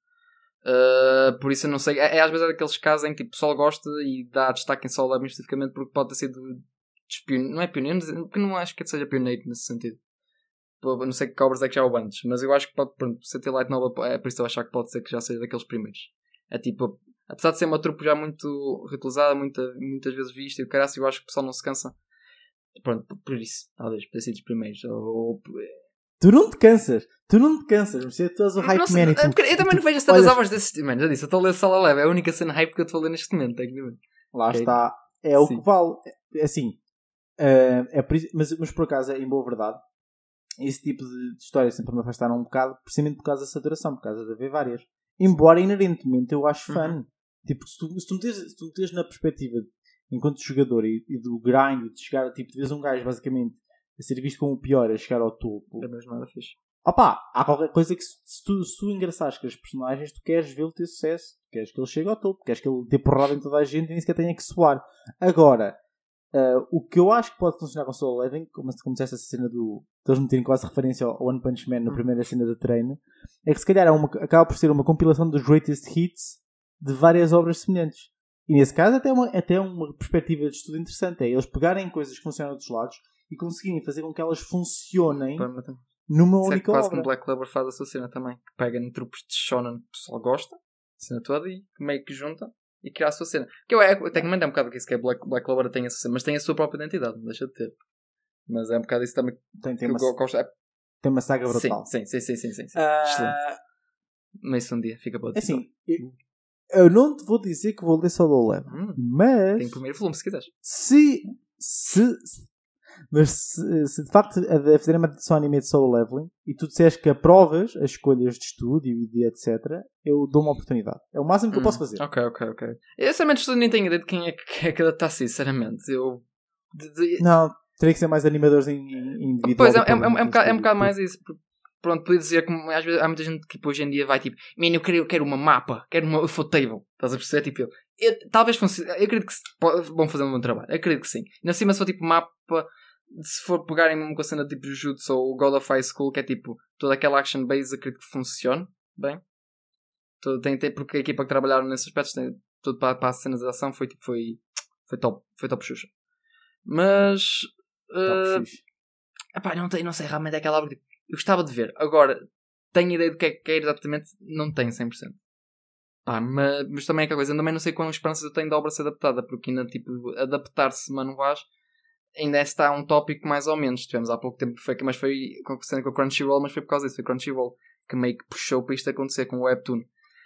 Uh, por isso eu não sei, é, é às vezes é daqueles casos em que tipo, o pessoal gosta e dá destaque em Solo Leveling especificamente porque pode ter sido pion... não é pioneiro, porque não acho que seja pioneiro nesse sentido. Não sei que obras é que já houve antes, mas eu acho que pode, pronto, se ter Light Novel, é por isso eu achar que pode ser que já seja daqueles primeiros. É tipo, apesar de ser uma trupe já muito reutilizada, muita, muitas vezes vista e o caraço, eu acho que o pessoal não se cansa. Pronto, por isso, talvez, por ter sido os primeiros. Ou, ou... Tu não te cansas, tu não te cansas, você tu és o hype man. Tu, eu também não vejo tantas obras desse mano, já disse, eu estou a ler Solo Leveling, é a única cena hype que eu estou a ler neste momento, tecnicamente. Lá okay. Está, é o Sim. que vale. É assim, uh, é por isso, mas, mas por acaso, em boa verdade, esse tipo de histórias sempre me afastaram um bocado, precisamente por causa da saturação, por causa de haver várias. Embora inerentemente eu acho fun. Uhum. Tipo, se tu, se tu meteres, se tu meteres na perspectiva de, enquanto jogador e, e do grind, de chegar, tipo, de vez um gajo basicamente a ser visto como o pior, a chegar ao topo. É mesmo nada fixe. Opá, há qualquer coisa que se, se tu, se tu engraçares com os personagens, tu queres vê-lo ter sucesso, tu queres que ele chegue ao topo, queres que ele dê porrada em toda a gente e nem sequer tenha que suar. Agora, uh, o que eu acho que pode funcionar com o Solo Leveling, como se começasse essa cena do de eles meterem quase referência ao One Punch Man na primeira cena de treino, é que se calhar é uma, acaba por ser uma compilação dos greatest hits de várias obras semelhantes. E nesse caso até uma, até uma perspectiva de estudo interessante. É eles pegarem coisas que funcionam dos lados e conseguirem fazer com que elas funcionem numa única obra. É quase como Black Clover faz a sua cena também. Que pega em trupos de shonen que o pessoal gosta, a cena toda, e meio que junta e cria a sua cena. Que eu, é, tecnicamente é um bocado que isso que é Black, Black Clover tem a sua cena, mas tem a sua própria identidade, não deixa de ter. Mas é um bocado isso também tem, tem que uma, eu gosto. É... Tem uma saga brutal. Sim, sim, sim, sim, sim, sim. Uh... Excelente. Mas isso um dia fica para outro. É assim, eu, eu não te vou dizer que vou ler Solo Leveling, hum, mas tem o primeiro volume se quiseres. Se, se Mas se, se de facto a fazer uma adaptação anime de Solo Leveling e tu disseres que aprovas as escolhas de estúdio e de etcétera, eu dou uma oportunidade. É o máximo que hum, eu posso fazer. Ok, ok, ok. Eu sinceramente nem tenho ideia de quem é que é que adaptasse, sinceramente. Eu... De, de... Não, teria que ser mais animadores individuais. Pois, é, é, é, um, é, um bocado, é um bocado mais isso. Pronto, podia dizer que às vezes há muita gente que tipo, hoje em dia vai tipo, man, eu quero, eu quero uma mapa, quero uma Ufotable. Estás a perceber? Tipo, eu, eu, talvez funcione. Eu acredito que se, vão fazer um bom trabalho. Eu acredito que sim. E na cima, se for tipo mapa, se for pegarem mesmo com a cena tipo Jujutsu ou God of High School, que é tipo toda aquela action base, acredito que funcione bem. Todo, tem, tem, porque a equipa que trabalharam nesses aspectos, tem, tudo para, para as cenas de ação foi tipo, foi, foi top. Foi top Xuxa. Mas. Uh, epá, não, tem, não sei, realmente é aquela obra tipo. Eu gostava de ver. Agora, tenho ideia do que é que é exatamente. Não tenho cem por cento. Pá, mas, mas também é aquela coisa. Eu também não sei quão esperanças eu tenho da obra ser adaptada. Porque ainda, tipo, adaptar-se manuais ainda está um tópico mais ou menos. Tivemos há pouco tempo. Foi, mas foi com a com a Crunchyroll. Mas foi por causa disso. Foi Crunchyroll que meio que puxou para isto acontecer com o Webtoon.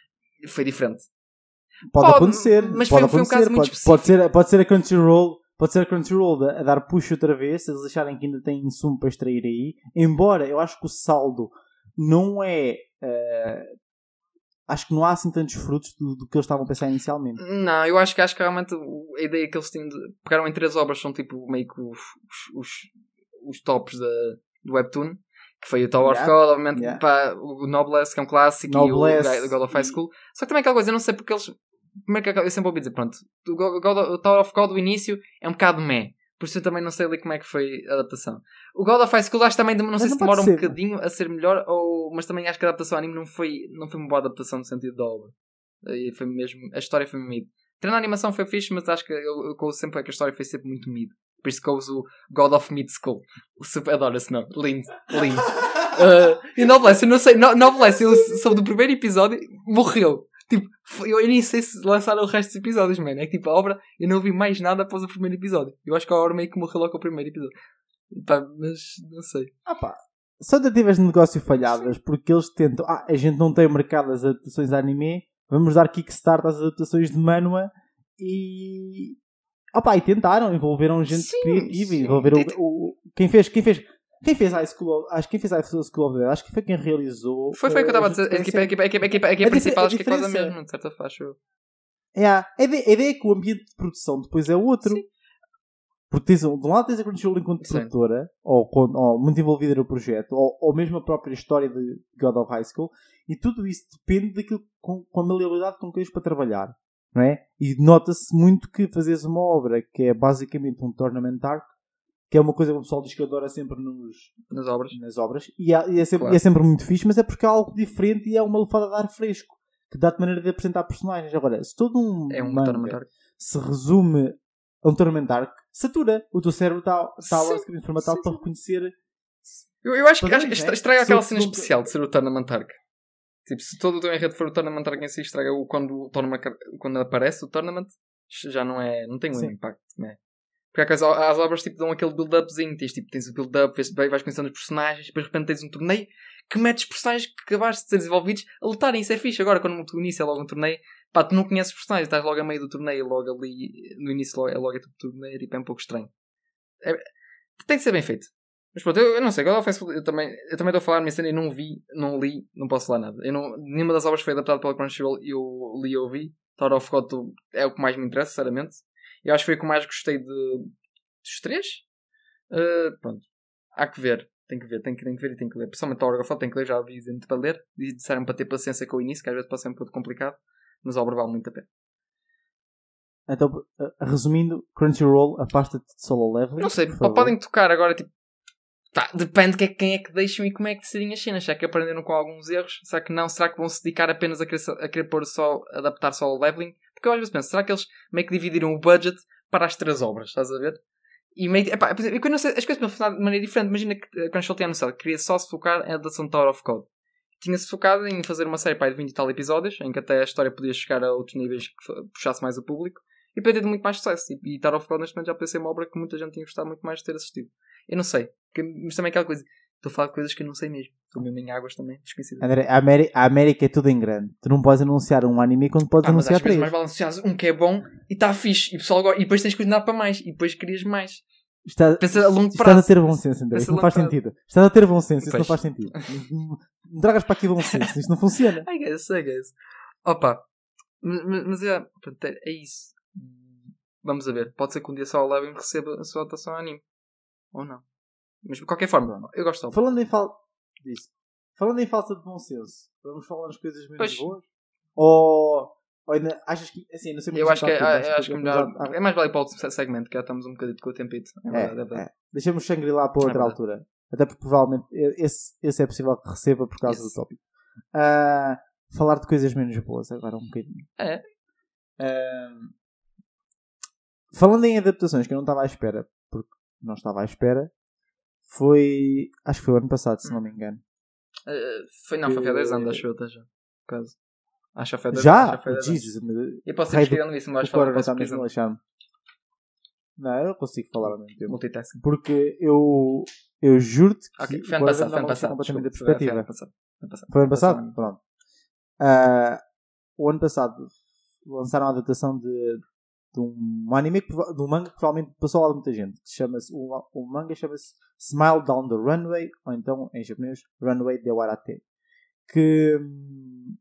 Foi diferente. Pode, pode acontecer. Mas pode foi, acontecer. foi um caso muito pode, específico. Pode ser, pode ser a Crunchyroll... Pode ser a Crunchyroll a dar push outra vez, se eles acharem que ainda têm insumo para extrair aí. Embora eu acho que o saldo não é... Uh, acho que não há assim tantos frutos do, do que eles estavam a pensar inicialmente. Não, eu acho que, acho que realmente a ideia que eles têm de... Pegaram em três obras, são tipo meio que os, os, os tops da, do Webtoon. Que foi o Tower yeah. of God, obviamente, yeah. pá, o Noblesse, que é um clássico, Noblesse, e o God of High School. Só que também aquela coisa, eu não sei porque eles... Primeiro que eu sempre ouvi dizer, pronto, o, God, o Tower of God do início é um bocado meh. Por isso eu também não sei ali como é que foi a adaptação. O God of High School acho também, não mas sei não se demora ser. um bocadinho a ser melhor, ou, mas também acho que a adaptação ao anime não foi, não foi uma boa adaptação no sentido da obra. E foi mesmo, a história foi mid. Treinar a animação foi fixe, mas acho que eu, eu, eu sempre é que a história foi sempre muito mid. Por isso que eu uso o God of Mid School. Super, adoro esse nome. Lindo, lindo. uh, e Noblesse, eu não sei, no, Noblesse, eu soube do primeiro episódio, morreu. Tipo, eu nem sei se lançaram o resto dos episódios, mano. É que tipo, a obra, eu não ouvi mais nada após o primeiro episódio. Eu acho que a obra meio que morreu logo com o primeiro episódio. Pá, mas não sei. Ah pá, são tentativas de negócio falhadas. Sim. Porque eles tentam, ah, a gente não tem o mercado das adaptações de anime, vamos dar kickstart às adaptações de manhwa e... Ah pá, e tentaram, envolveram gente sim, criativa, sim. envolveram o, o, quem fez, quem fez... Quem fez High School, acho que quem fez High School of the Dead, acho que foi quem realizou. Foi, foi o que eu estava a dizer. A equipa, a equipa, a equipa, a equipa, a equipa a principal, acho que é quase a mesma, de certa faixa. É, a ideia é que o ambiente de produção depois é outro. Sim. Porque tens, de um lado tens a Crunchyroll enquanto Sim. produtora, ou, ou muito envolvida no projeto, ou, ou mesmo a própria história de God of High School, e tudo isso depende daquilo com, com a maleabilidade com que tens para trabalhar. Não é? E nota-se muito que fazes uma obra que é basicamente um tournament arc, que é uma coisa que o pessoal diz que adora sempre nos, nas obras, nas obras. E, é, e, é sempre, claro. e é sempre muito fixe, mas é porque é algo diferente e é uma lufada de ar fresco que dá-te maneira de apresentar personagens. Agora, se todo um, é um manga se resume a um Tournament Arc, satura. O teu cérebro está tá basicamente formatado sim, sim. para reconhecer. Eu, eu acho que, acho que estraga aquela cena especial de ser o Tournament Arc. Tipo, se todo o teu enredo for o Tournament Arc em si, estraga o, quando, o tournament, quando aparece o Tournament, já não, é, não tem um impacto, não é? Porque as, as obras tipo, dão aquele build-upzinho. Tens, tipo, tens o build-up, vais conhecendo os personagens, depois de repente tens um torneio que metes personagens que acabaste de ser desenvolvidos a lutarem. Isso é fixe. Agora, quando tu inicia logo um torneio, pá, tu não conheces os personagens, estás logo a meio do torneio, logo ali, no início logo, é logo tipo torneio, tipo, é um pouco estranho. É, tem de ser bem feito. Mas pronto, eu, eu não sei, God of High eu também eu também estou a falar na minha cena e não vi, não li, não posso falar nada. Eu não, nenhuma das obras foi adaptada pela Crunchyroll e eu li ou ouvi. Tower of God é o que mais me interessa, sinceramente. Eu acho que foi o que mais gostei de, dos três. Uh, pronto. Há que ver. Tem que ver, tem que, tem que ver e tem que ler. Principalmente Tower of God, tem que ler. Já ouvi gente para ler. E disseram para ter paciência com o início, que às vezes pode ser um pouco complicado. Mas a obra vale muito a pena. Então, resumindo, Crunchyroll, afasta-te de Solo Leveling. Não sei, podem tocar agora, tipo... Tá, depende de quem é que deixam e como é que decidem as cenas. Será que aprenderam com alguns erros? Será que não? Será que vão se dedicar apenas a querer, a querer pôr só, adaptar só o leveling? Porque eu às vezes penso, será que eles meio que dividiram o budget para as três obras? Estás a ver? E meio que, epá, eu não sei, as coisas podem funcionar de maneira diferente. Imagina que a Crunchyroll tinha anunciado que queria só se focar em adaptação de Tower of God. Tinha-se focado em fazer uma série pá, de vinte e tal episódios, em que até a história podia chegar a outros níveis que puxasse mais o público. E podia ter muito mais sucesso. E, e Tower of God neste momento já podia ser uma obra que muita gente tinha gostado muito mais de ter assistido. Eu não sei. Porque, mas também é aquela coisa. Estou a falar de coisas que eu não sei mesmo. Estou mesmo em águas também. Desconhecidas. André, a América, a América é tudo em grande. Tu não podes anunciar um anime quando podes ah, anunciar três. Mas mais vale anunciar um que é bom e está fixe. E, pessoal, e depois tens que continuar para mais. E depois querias mais. Está, Pensa a longo estás prazo. a ter bom senso, André. Pensa Isso a não faz longo prazo. sentido. Estás a ter bom senso. Isso Pois. não faz sentido. Não- Não tragas para aqui bom senso. Isto não funciona. I guess, I guess. Opa, mas, mas- mas é, portanto, é, é isso. Vamos a ver. Pode ser que um dia só o Eleven receba a sua adaptação ao anime. Ou não. Mas de qualquer forma, eu gosto dele. Falando em falta disso. Falando em falta de bom senso, vamos falar das coisas menos Pois. boas? Ou, ou ainda achas que. Assim, não sei muito Eu acho que, é, se está é, tudo, acho que é mas melhor. há- há- É mais vale para outro segmento, que já estamos um bocadinho com o tempito. É É, verdade, é verdade. é. Deixamos Shangri-La para outra É verdade. altura. Até porque provavelmente esse, esse é possível que receba por causa Isso. do tópico. Ah, falar de coisas menos boas agora um bocadinho. É. Ah, falando em adaptações que eu não estava à espera, porque não estava à espera, foi. Acho que foi o ano passado, se não me engano. Uh, foi, não, foi há dez anos, acho eu, até já. Por caso. Acho que foi há dez Já? anos. Já foi há dez anos. Jesus, Eu posso ir Rei do- pesquisando isso, mas o falar Corona posso está mesmo a pesquisando. lixar-me. Não, eu não consigo falar ao mesmo tempo. Multitasking. Porque eu, eu juro-te que Ok, o foi ano Corona passado, foi dá-me ano a lixar passado. completamente a Desculpa, foi- foi perspectiva. ano passado. Ano passado. Foi ano passado? Passado. Pronto. Ah, o ano passado lançaram a adaptação de, de um anime, que, prova- de um manga que provavelmente passou lá de muita gente. Que chama-se, o, o manga chama-se Smile Down the Runway, ou então em japonês Runway de Warate. Que hum,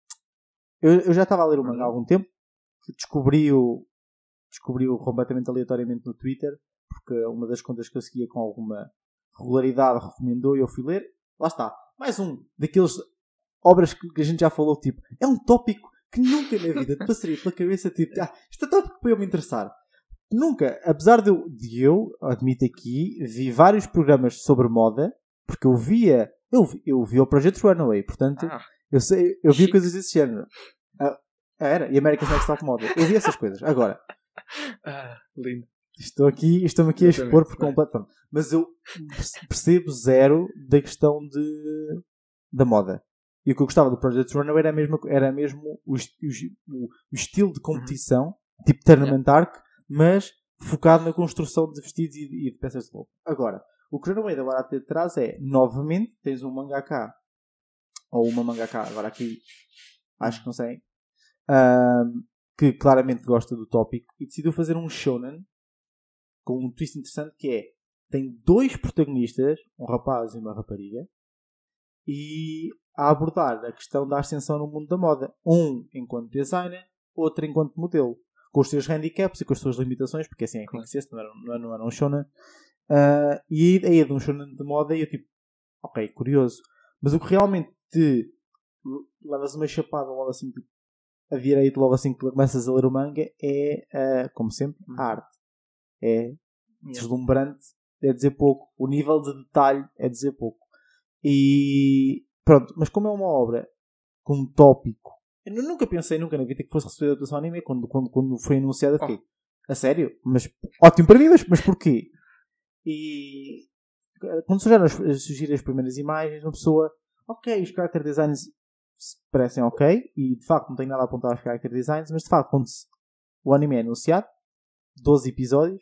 eu, eu já estava a ler o manga há algum tempo, que descobri-o descobri-o completamente aleatoriamente no Twitter, porque uma das contas que eu seguia com alguma regularidade recomendou e eu fui ler. Lá está. Mais um daqueles obras que a gente já falou, tipo, é um tópico que nunca na vida te passaria pela cabeça, tipo, ah, isto é tópico para eu me interessar. Nunca, apesar de eu, de eu, admito aqui, vi vários programas sobre moda, porque eu via, eu vi, eu vi o Project Runway, portanto, Ah, eu sei, eu vi chique. coisas desse género. Ah, era, e American Next Top Model. Eu vi essas coisas. Agora, ah, lindo. estou aqui, estou-me aqui a expor Exatamente, por bem. completo. Pronto. Mas eu percebo zero da questão de, da moda. E o que eu gostava do Project Runway era mesmo, era mesmo o, est- o, o estilo de competição, tipo Tournament Arc, mas focado na construção de vestidos e, e de peças de roupa. Agora, o que o Runway da Warate traz é, novamente, tens um mangaka, ou uma mangaka, agora aqui, acho que não sei, ahm, que claramente gosta do tópico e decidiu fazer um shonen com um twist interessante que é, tem dois protagonistas, um rapaz e uma rapariga, e a abordar a questão da ascensão no mundo da moda. Um enquanto designer, outro enquanto modelo. Com os seus handicaps e com as suas limitações, porque assim é que tem que ser, não era, não era, não era um shonen. Uh, e a ideia de um shonen de moda, e eu tipo, ok, curioso. Mas o que realmente te levas uma chapada logo assim, tipo, a direito logo assim que começas a ler o manga, é, uh, como sempre, a arte. É deslumbrante, é dizer pouco. O nível de detalhe é dizer pouco. E pronto, mas como é uma obra com um tópico, eu nunca pensei nunca na vida que fosse receber a adaptação anime. Quando, quando, quando foi anunciada, fiquei, oh. A sério? Mas ótimo para mim, mas, mas porquê? E quando surgiram a surgir as primeiras imagens, uma pessoa, ok, os character designs parecem ok, e de facto não tenho nada a apontar aos character designs, mas de facto quando o anime é anunciado, doze episódios,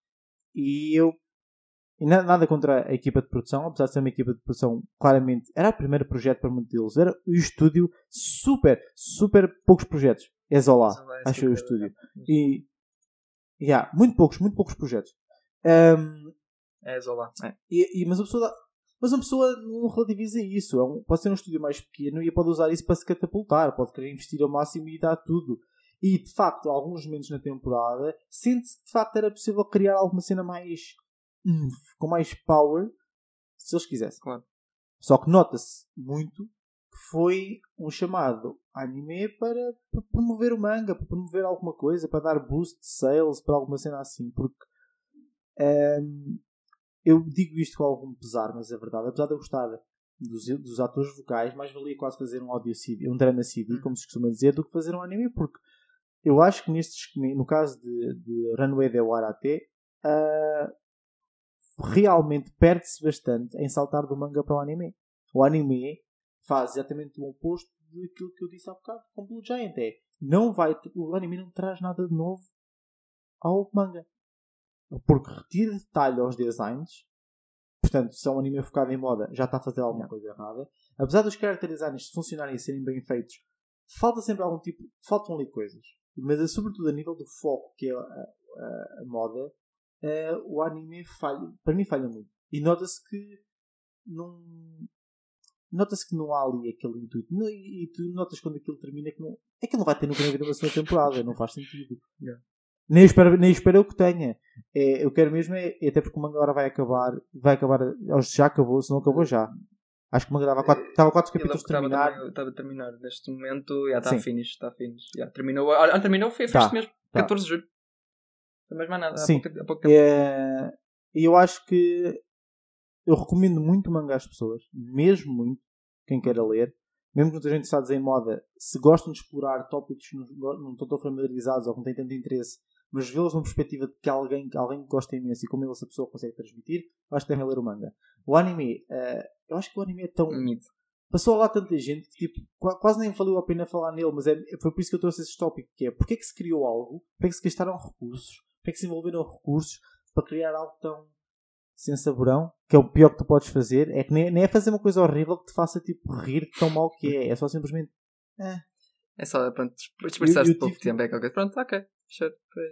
e eu e nada contra a equipa de produção, apesar de ser uma equipa de produção, claramente, era o primeiro projeto para muitos deles. Era o estúdio, super, super poucos projetos. É Zola, acho eu o estúdio. E, yeah, muito poucos, muito poucos projetos. Um, é Zola. É. E, e, mas, uma pessoa, mas uma pessoa não relativiza isso. É um, pode ser um estúdio mais pequeno e pode usar isso para se catapultar. Pode querer investir ao máximo e dar tudo. E, de facto, a alguns momentos na temporada, sente-se que, de facto, era possível criar alguma cena mais... Hum, com mais power, se eles quisessem. Claro. Só que nota-se muito que foi um chamado anime para, para promover o manga, para promover alguma coisa, para dar boost de sales, para alguma cena assim. Porque um, eu digo isto com algum pesar, mas é verdade. Apesar de eu gostar dos, dos atores vocais, mais valia quase fazer um audio C D, um drama C D, hum. como se costuma dizer, do que fazer um anime. Porque eu acho que nestes, no caso de, de Runway de Warate, uh, realmente perde-se bastante em saltar do manga para o anime. O anime faz exatamente o oposto daquilo que eu disse há bocado com Blue Giant. É, não vai, o anime não traz nada de novo ao manga. Porque retira detalhe aos designs. Portanto, se é um anime focado em moda, já está a fazer alguma coisa errada. Apesar dos character designs funcionarem e serem bem feitos, falta sempre algum tipo... Faltam ali coisas. Mas é sobretudo a nível do foco que é a, a, a moda. uh, o anime falha, para mim falha muito. E nota-se que não nota-se que não há ali aquele intuito. Não, e, e tu notas quando aquilo termina que não, é que não vai ter nunca na vida uma segunda temporada, não faz sentido. Yeah. Nem espero, nem espero eu que tenha. É, eu quero mesmo é, até porque o manga agora vai acabar, vai acabar, já acabou, se não acabou já. Acho que o manga estava quatro, estava quatro capítulos de terminar. Estava a terminar. Neste momento já está finish, está finish. Já terminou. Ah, terminou, foi tá, este mesmo, tá. catorze de julho. Não mais mais nada. Sim. Há pouco, há pouco tempo. É, eu acho que eu recomendo muito o manga às pessoas, mesmo muito, quem queira ler. Mesmo que muita gente está a dizer em moda, se gostam de explorar tópicos que não estão tão familiarizados ou que não têm tanto interesse, mas vê-los numa perspectiva de que alguém, alguém que gosta imenso e como essa pessoa consegue transmitir, eu acho que devem ler o manga. O anime, uh, eu acho que o anime é tão... Mito. Passou lá tanta gente que tipo, quase nem valeu a pena falar nele, mas é, foi por isso que eu trouxe esse tópico, que é porque é que se criou algo, porque é que se gastaram recursos, porque é que se envolveram recursos para criar algo tão sem saborão, que é o pior que tu podes fazer, é que nem, nem é fazer uma coisa horrível que te faça tipo rir tão mal que é, é só simplesmente é, é só, pronto, expressar-se pouco tive... tempo, é qualquer coisa, pronto, ok, sure.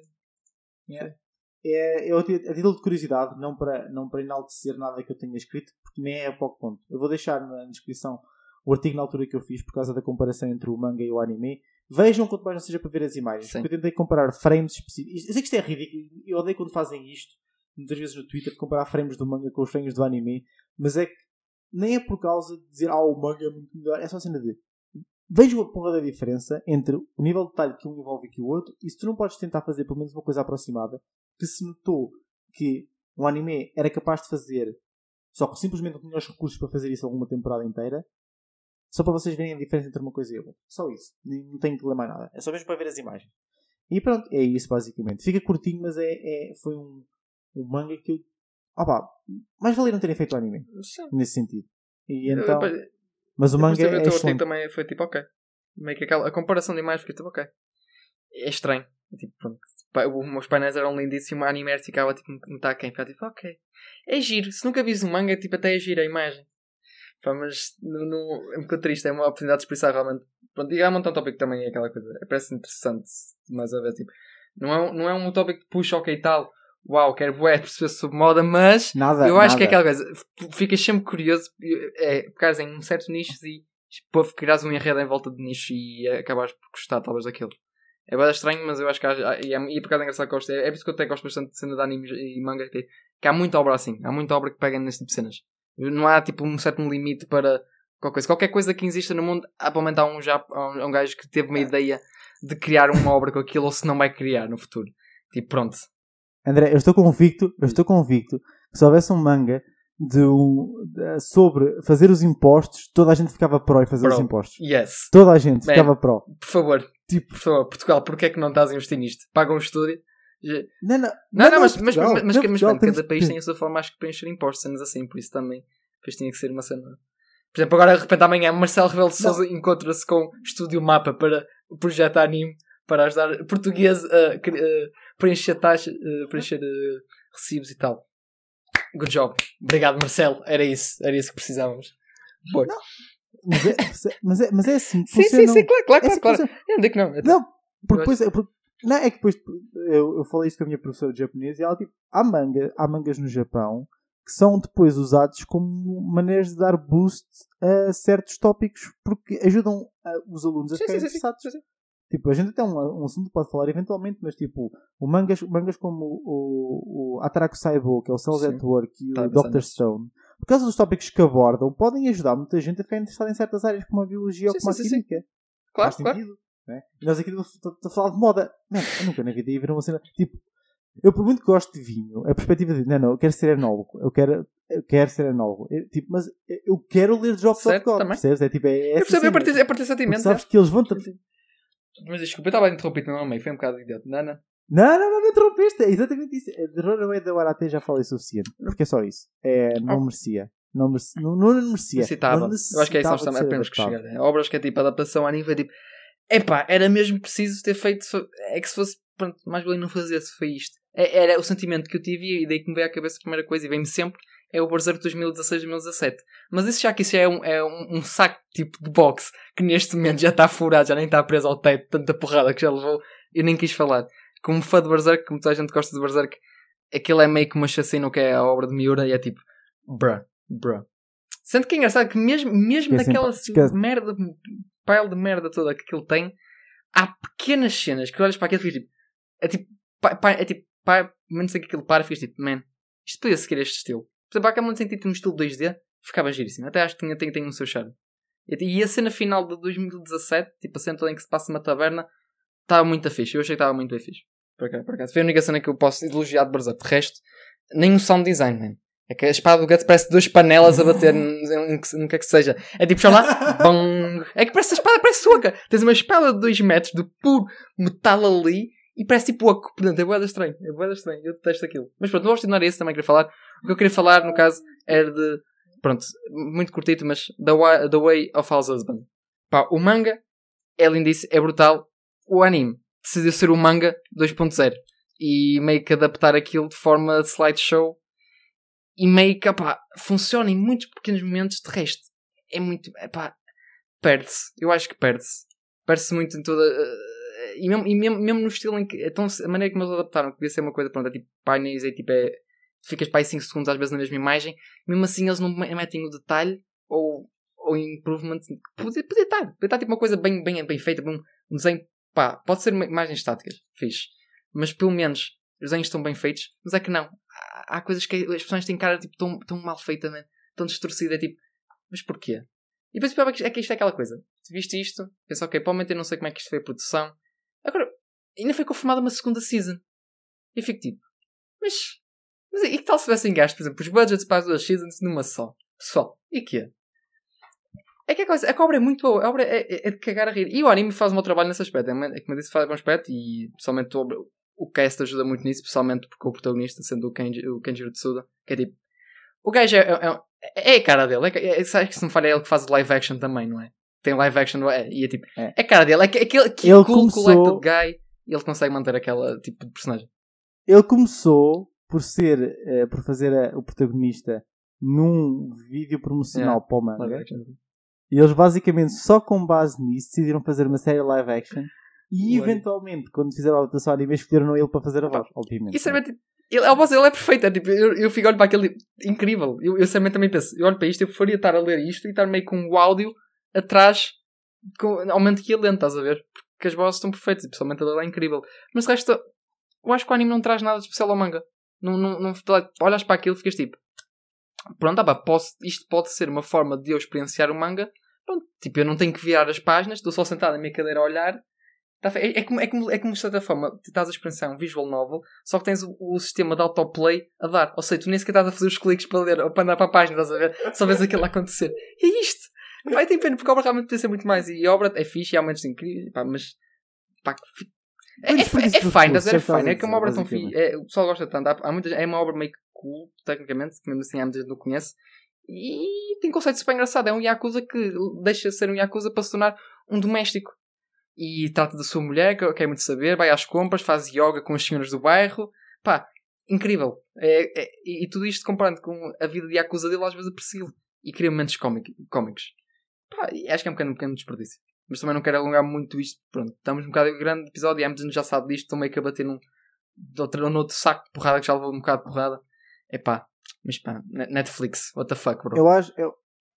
Yeah. É, é, a título de curiosidade, não para, não para enaltecer nada que eu tenha escrito, porque nem é a pouco ponto. Eu vou deixar na descrição o artigo na altura que eu fiz por causa da comparação entre o manga e o anime. Vejam quanto mais não seja para ver as imagens. Sim. Porque eu tentei comparar frames específicos. Eu sei que isto é ridículo, eu odeio quando fazem isto muitas vezes no Twitter, de comparar frames do manga com os frames do anime, mas é que nem é por causa de dizer ah, o manga é muito melhor, é só a cena de vejo a porra da diferença entre o nível de detalhe que um envolve e que o outro, e se tu não podes tentar fazer pelo menos uma coisa aproximada, que se notou que um anime era capaz de fazer, só que simplesmente não tinha os recursos para fazer isso alguma temporada inteira, só para vocês verem a diferença entre uma coisa e outra. Só isso. Não tenho que ler mais nada. É só mesmo para ver as imagens. E pronto, é isso basicamente. Fica curtinho, mas é, é, foi um um manga que eu... Ah pá, mais valia não terem feito o anime. Sim. Nesse sentido. E então... Eu, eu, mas o manga é excelente. Também foi tipo, ok. Meio que aquela... A comparação de imagens foi tipo, ok. É estranho. Tipo, pronto. Os meus painéis eram lindíssimos. O anime ficava tipo, me está quem? Ficava tipo, ok. É giro. Se nunca vis um manga, tipo, até é giro a imagem. Pá, mas no, no, é um bocado triste. É uma oportunidade de expressar realmente. Pronto, e há um montão de tópico também é aquela coisa. Parece interessante. Mais a ver, tipo... Não é, não é um tópico que puxa, ok e tal... Uau, quero bué perceber sobre moda, mas nada, eu acho nada. que é aquela coisa, ficas sempre curioso, é, pegares em um certos nichos e pô, criares um enredo em volta de nicho e acabares por gostar talvez daquilo. É bem estranho, mas eu acho que há, e, é, e por causa é engraçado que gosto, é, é por isso que eu até gosto bastante de cena de anime e manga, que, que há muita obra assim, há muita obra que pega nesse tipo de cenas. Não há tipo um certo limite para qualquer coisa. Qualquer coisa que exista no mundo, há para aumentar um, já, um, um gajo que teve uma ideia de criar uma obra com aquilo ou se não vai criar no futuro. Tipo, pronto. André, eu estou convicto, eu estou convicto que se houvesse um manga de um, de, sobre fazer os impostos, toda a gente ficava pró em fazer pro. os impostos. Yes. Toda a gente Man, ficava pró. Por favor, tipo, por favor, Portugal, porquê é que não estás a investir nisto? Paga um estúdio. Não, não, não, não, não mas, Portugal, mas, mas, não, mas, Portugal, mas cada temos... país tem a sua forma, acho que para encher impostos, cenas assim, por isso também depois tinha que ser uma cena. Por exemplo, agora de repente amanhã Marcelo Rebelo de Sousa encontra-se com Estúdio Mapa para o projeto anime, para ajudar português a, a preencher taxas, a preencher uh, recibos e tal. Good job. Obrigado, Marcelo. Era isso. Era isso que precisávamos. Boa. Não, mas, é, mas, é, mas é assim. Sim, sim, sim, claro, claro, é assim claro. claro. Eu não digo que não. Não, porque depois... É, porque, não, é que depois... Eu, eu falei isto com a minha professora de japonês e ela tipo... Há, manga, há mangas no Japão que são depois usados como maneiras de dar boost a certos tópicos porque ajudam a, os alunos a sim, ficarem sim, sim, interessados. sim, sim. Tipo, a gente tem um, um assunto que pode falar eventualmente, mas tipo, o mangas, mangas como o, o Ataraku Saibo, que é o Cells at Work e tá, o doutor Stone, por causa dos tópicos que abordam, podem ajudar muita gente a ficar interessada em certas áreas como a biologia sim, ou como a química. Sim. Claro, Faz claro. sentido. Né? E nós aqui estamos a falar de moda. Não, eu nunca na vida ia ver uma cena. Tipo, eu por muito que gosto de vinho, a perspectiva de, não, não, eu quero ser enólogo, eu quero, eu quero ser enólogo. Eu, tipo, mas eu quero ler Drops of God, percebes? É tipo, é eu percebo, eu partilho, eu partilho sentimento. Sabes é? Que eles vão... Mas desculpa, eu estava interrompido no meio, foi um bocado idiota. Não, não. Não, não, não, não interrompeste. É exatamente isso. De Runaway da Warate já falei o suficiente. Porque é só isso. É, não oh. merecia. Não merecia. Não, não merecia. Necessitava. Não necessitava. Eu acho que é isso que nós temos que chegar. É. Obras que é tipo adaptação a nível tipo. Epá, era mesmo preciso ter feito. É que se fosse. Pronto, mais bem não fazer se foi isto. É, era o sentimento que eu tive e daí que me veio à cabeça a primeira coisa e vem-me sempre. É o Berserk dois mil e dezasseis, dois mil e dezassete. Mas isso já que isso é um, é um, um saco tipo de boxe que neste momento já está furado, já nem está preso ao teto, tanta porrada que já levou, eu nem quis falar. Como fã de Berserk, como toda a gente gosta de Berserk, aquilo é meio que uma chacina que é a obra de Miura e é tipo, bruh, bruh. Sendo que é engraçado que mesmo, mesmo Esquece, naquela esquece. merda, pile de merda toda que aquilo tem, há pequenas cenas que olhas para aquilo e ficas tipo, é tipo, pá, pá, é tipo, pá, menos que aquilo para e ficas tipo, man, isto podia seguir este estilo. Por exemplo, há aquele momento em que tem um estilo dois D, ficava giríssimo. Até acho que tinha, tem, tem um seu charme. E, e a cena final de dois mil e dezassete, tipo a cena toda em que se passa numa taberna, estava muito fixe. Eu achei que estava muito bem fixe. Por acaso, por acaso. Foi a única cena que eu posso elogiar de Berserk. De resto, nem o sound design, man. É que a espada do Guts parece duas panelas a bater no que é que seja. É tipo, chama lá, bang. É que parece a espada, parece soca. Tens uma espada de dois metros de puro metal ali e parece tipo oco. Portanto, é boeda estranho. É boeda estranho. Eu detesto aquilo. Mas pronto, não vou continuar isso, também queria falar. O que eu queria falar, no caso, era de, pronto, muito curtito, mas The Way, The Way of House Husband. Pá, o manga é lindíssimo, é brutal. O anime decidiu ser o manga dois ponto zero e meio que adaptar aquilo de forma de slideshow e meio que, pá, funciona em muitos pequenos momentos. De resto, é muito, pá, perde-se. Eu acho que perde-se. Perde-se muito em toda... Uh, e mesmo, e mesmo, mesmo no estilo em que... Então, a maneira como eles adaptaram, que devia ser uma coisa, pronto, é tipo painéis, é tipo... É, ficas para aí cinco segundos às vezes na mesma imagem. Mesmo assim, eles não metem o detalhe ou, ou improvement. Podia, podia estar. Podia estar tipo uma coisa bem, bem, bem feita. Um, um desenho... Pá, pode ser imagens estáticas. Fixe. Mas pelo menos os desenhos estão bem feitos. Mas é que não. Há, há coisas que as pessoas têm cara tipo, tão, tão mal feita, né? Tão distorcida. É tipo... Mas porquê? E depois é que isto é aquela coisa. Tu viste isto, pensas, ok, provavelmente eu não sei como é que isto foi a produção. Agora, ainda foi confirmada uma segunda season. E eu fico tipo, mas, mas e que tal se tivessem gasto, por exemplo, os budgets para as duas seasons numa só? Só. E quê? É que a, coisa, a cobra é muito boa. A obra é, é, é de cagar a rir. E o anime faz um bom trabalho nesse aspecto. É como eu disse, faz um bom aspecto. E pessoalmente o, o cast ajuda muito nisso. Pessoalmente porque o protagonista, sendo o, Kenji, o Kenjiro Tsuda, que é tipo, o gajo é, é, é, é a cara dele. É, é, sabe que se não falha é ele que faz o live action também, não é? Tem live action, é, e é tipo, é, é a cara dele. É aquele que ele cool, começou... collected guy. E ele consegue manter aquele tipo de personagem. Ele começou por ser, uh, por fazer a, o protagonista num vídeo promocional yeah. para o manga. E eles basicamente só com base nisso decidiram fazer uma série live action. E Ué. eventualmente, quando fizeram a adaptação anime, escolheram ele para fazer a voz, obviamente. Isso é tipo, ele, a voz ele é perfeita. Tipo, eu, eu fico olho para aquele incrível. Eu, eu sempre também penso, eu olho para isto, eu preferia estar a ler isto e estar meio com o áudio atrás, com, aumento que é lento, estás a ver? Porque as vozes estão perfeitas e pessoalmente ele é incrível. Mas de resto, eu acho que o anime não traz nada de especial ao manga. Não, não, não, olhas para aquilo e ficas tipo, pronto, ah, pá, posso, isto pode ser uma forma de eu experienciar o manga. Pronto, tipo, eu não tenho que virar as páginas, estou só sentado na minha cadeira a olhar. É, é, como, é, como, é como de certa forma estás a experienciar um visual novel, só que tens o, o sistema de autoplay a dar. Ou seja, tu nem sequer estás a fazer os cliques para ler ou para andar para a página, estás a ver? Só vês aquilo a acontecer. E é isto! Vai, tem pena, porque a obra realmente podia ser muito mais. E a obra é fixe e há momentos incríveis, pá, mas pá, é, é, é, é fine, estás a ver? É fine. É que é uma obra tão fixe. É, o pessoal gosta tanto. Há, há muitas, é uma obra meio cool, tecnicamente, que mesmo assim há muita gente que não conhece. E tem conceitos super engraçados. É um Yakuza que deixa de ser um Yakuza para se tornar um doméstico. E trata da sua mulher, que quer muito saber, vai às compras, faz yoga com as senhoras do bairro. Pá, incrível. É, é, e, e tudo isto comparando com a vida de Yakuza dele, às vezes a persegui-lo. E cria momentos cómicos. Pá, acho que é um pequeno, um pequeno desperdício. Mas também não quero alongar muito isto. Pronto, estamos um bocado em grande episódio e a muita gente já sabe disto. Estou meio que a bater num, outro, num outro saco de porrada que já levou um bocado de porrada. É pá, mas pá, Netflix, what the fuck, bro. Eu acho, eu,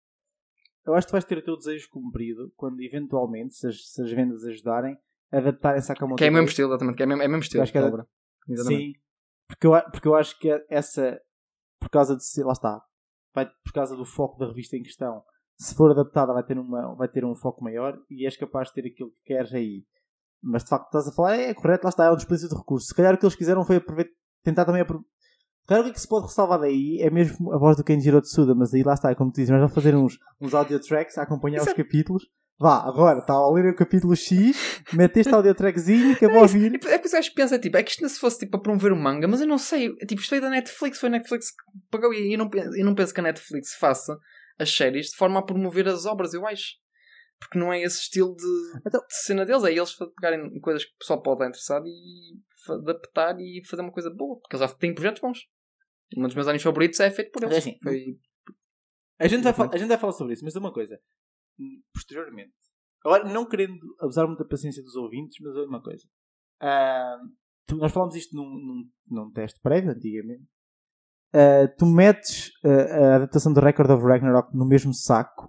eu acho que tu vais ter o teu desejo cumprido quando eventualmente, se as, se as vendas ajudarem, adaptarem Sakamoto. Que é o mesmo estilo, exatamente. Que é mesmo, é mesmo estilo. Acho que era, obra. Sim, porque eu, porque eu acho que essa, por causa de ser, lá está, vai, por causa do foco da revista em questão, se for adaptada vai ter, uma, vai ter um foco maior e és capaz de ter aquilo que queres aí. Mas de facto estás a falar, é correto, lá está, é um desperdício de recursos. Se calhar o que eles quiseram foi tentar também aproveitar. Claro que o que se pode ressalvar daí é mesmo a voz do Kenjiro Tsuda, mas aí lá está, como tu dizes, nós vamos fazer uns, uns audio tracks a acompanhar Isso os é... capítulos. Vá, agora, está a ler o capítulo X, mete este audio trackzinho que eu vou ouvir. É, é que os gajos pensam, tipo, é que isto se fosse tipo, para promover o manga, mas eu não sei, tipo, isto foi da Netflix, foi a Netflix que pagou e eu não, eu não penso que a Netflix faça as séries de forma a promover as obras, eu acho. Porque não é esse estilo de, então, de cena deles, é eles pegarem em coisas que o pessoal pode estar interessado e adaptar e fazer uma coisa boa, porque eles já têm projetos bons. Um dos meus animes favoritos é feito por eles. É assim, Foi... a, gente vai fal- a gente vai falar sobre isso, mas é uma coisa. Posteriormente. Agora, não querendo abusar muito da paciência dos ouvintes, mas é uma coisa. Uh, tu, nós falámos isto num, num, num teste prévio, antigamente. Uh, tu metes uh, a adaptação do Record of Ragnarok no mesmo saco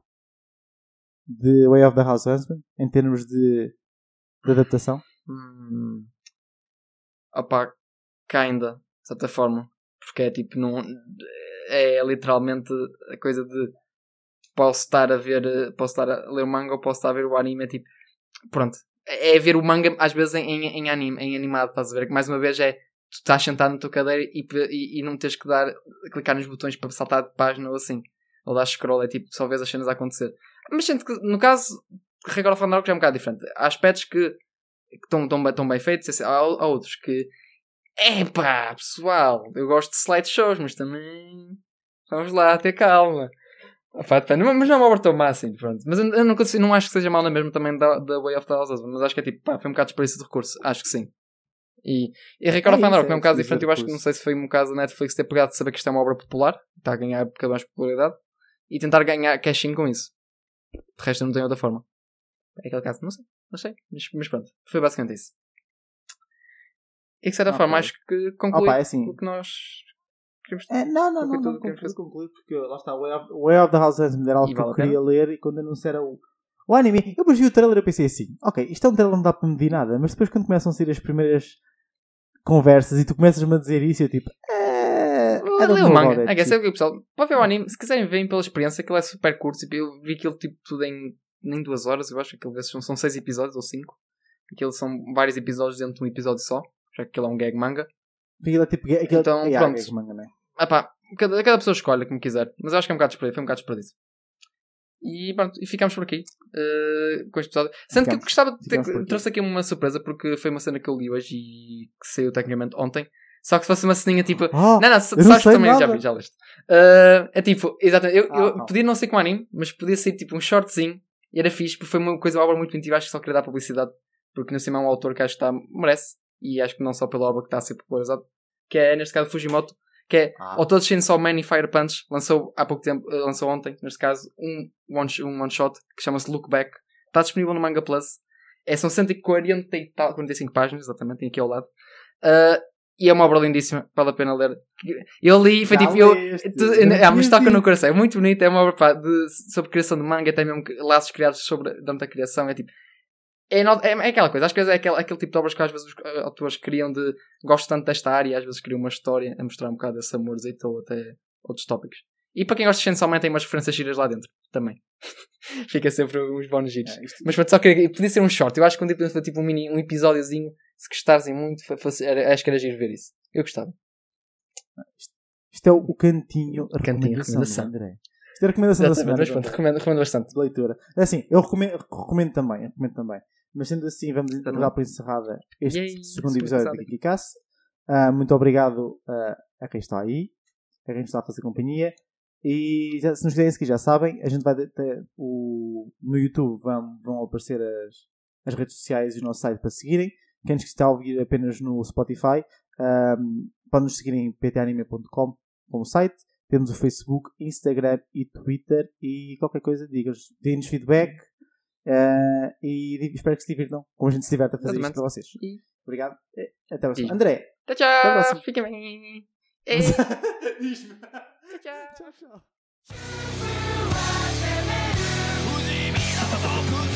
de Way of the House Husband, em termos de, de adaptação? Hum. Opá, kinda, de certa forma. Porque é tipo, não, é literalmente a coisa de posso estar a ver, posso estar a ler o manga ou posso estar a ver o anime, é tipo, pronto. É ver o manga às vezes em, em, em anime, em animado, estás a ver? Que mais uma vez é, tu estás sentado na tua cadeira e, e, e não tens que dar, clicar nos botões para saltar de página ou assim. Ou dar scroll, é tipo, só vês as cenas a acontecer. Mas sinto que, no caso, Record of Ragnarok já é um bocado diferente. Há aspectos que estão tão, tão bem feitos, há, há outros que, epá, pessoal, eu gosto de slideshows, mas também, vamos lá, ter calma. Epá, depende, mas não é uma obra tão má assim, pronto. Mas eu, eu não, consigo, não acho que seja mal na mesma também da, da Way of the House, mas acho que é tipo, pá, foi um bocado desperdício de recurso, acho que sim. E, e Record of Ragnarok é, é um caso diferente, eu acho que não sei se foi um caso da Netflix ter pegado de saber que isto é uma obra popular, está a ganhar um bocado mais popularidade, e tentar ganhar cash-in com isso. De resto não tem outra forma. É aquele caso, não sei, não sei, mas, mas pronto, foi basicamente isso. E de certa okay. forma acho que conclui Opa, é assim. o que nós queríamos. É, não, não, não, não, conclui, conclui, porque lá está, o Way of, Way of the House Husband era algo que eu queria ler e quando anunciaram o, o anime, eu depois vi o trailer e pensei assim, ok, isto é um trailer, não dá para medir nada, mas depois quando começam a sair as primeiras conversas e tu começas-me a dizer isso, eu tipo, é... Lê o manga, é, é, é, pessoal, pode ver o anime, se quiserem verem pela experiência, aquilo é super curto, eu vi aquilo tipo tudo em nem duas horas, eu acho que aquilo são, são seis episódios ou cinco, aquilo são vários episódios dentro de um episódio só, já que aquilo é um gag manga. Aquilo é tipo, aquilo então é pronto, gag manga, não é? Ah pá, cada, cada pessoa escolhe como quiser, mas eu acho que é um bocado desperdício, foi um bocado desperdício. E pronto, e ficámos por aqui uh, com este episódio. Sendo ficamos, que gostava de ter, trouxe aqui uma surpresa porque foi uma cena que eu li hoje e que saiu tecnicamente ontem. Só que se fosse uma ceninha tipo. Oh, não, não, sabes que também já vi, já leste. Uh, é tipo, exatamente. Eu, ah, eu podia não ser com anime, mas podia ser tipo um shortzinho e era fixe porque foi uma coisa, uma obra muito intuitiva. Acho que só queria dar publicidade porque no cima é um autor que acho que está, merece e acho que não só pela obra que está a ser popularizado, que é neste caso Fujimoto. Que é ah. autor de Chainsaw Man e Fire Punch, lançou há pouco tempo, lançou ontem, neste caso, um one, um one shot que chama-se Look Back. Está disponível no Manga Plus. É, são cento e quarenta e tal, quarenta e cinco páginas, exatamente, tem aqui ao lado. Uh, e é uma obra lindíssima, vale a pena ler. Eu li e foi tipo. Eu, tu, é, mas toca no coração, é muito bonito. É uma obra pá, de, sobre criação de manga, até mesmo laços criados sobre durante a criação. É tipo. É, é, é aquela coisa, às vezes é aquele, aquele tipo de obras que às vezes os autores criam de gosto tanto desta área e às vezes criam uma história a mostrar um bocado desse amorzito ou até outros tópicos. E para quem gosta de Chainsaw Man tem umas referências giras lá dentro também. Fica sempre uns bónus giros. É, isto... Mas pode só que podia ser um short. Eu acho que um dia podemos fazer tipo um, mini, um episódiozinho, se gostassem muito, fosse, era, acho que era giro ver isso. Eu gostava. Isto, isto é o cantinho, a cantinho recomendação, André. Isto é a recomendação da semana. Mas pronto, recomendo, recomendo bastante. De leitura. É assim, eu recomendo, recomendo também, eu recomendo também. Mas sendo assim, vamos dar por encerrada este Yay, segundo episódio do Kikicast. Uh, muito obrigado uh, a quem está aí, a quem está a fazer companhia. E já, se nos quiserem seguir, já sabem, a gente vai ter o, no YouTube vão, vão aparecer as, as redes sociais e o nosso site para seguirem. Quem nos está a ouvir apenas no Spotify, um, podem nos seguir em p t anime ponto com como site. Temos o Facebook, Instagram e Twitter. E qualquer coisa, digam-nos, deem-nos feedback. Uh, e espero que se divirtam como a gente se diverte a fazer Exatamente. Isto para vocês. E... Obrigado. Até a próxima. E... André. Tchau, tchau. Até a próxima. Fiquem bem. Diz-me. Tchau, tchau. Tchau, tchau.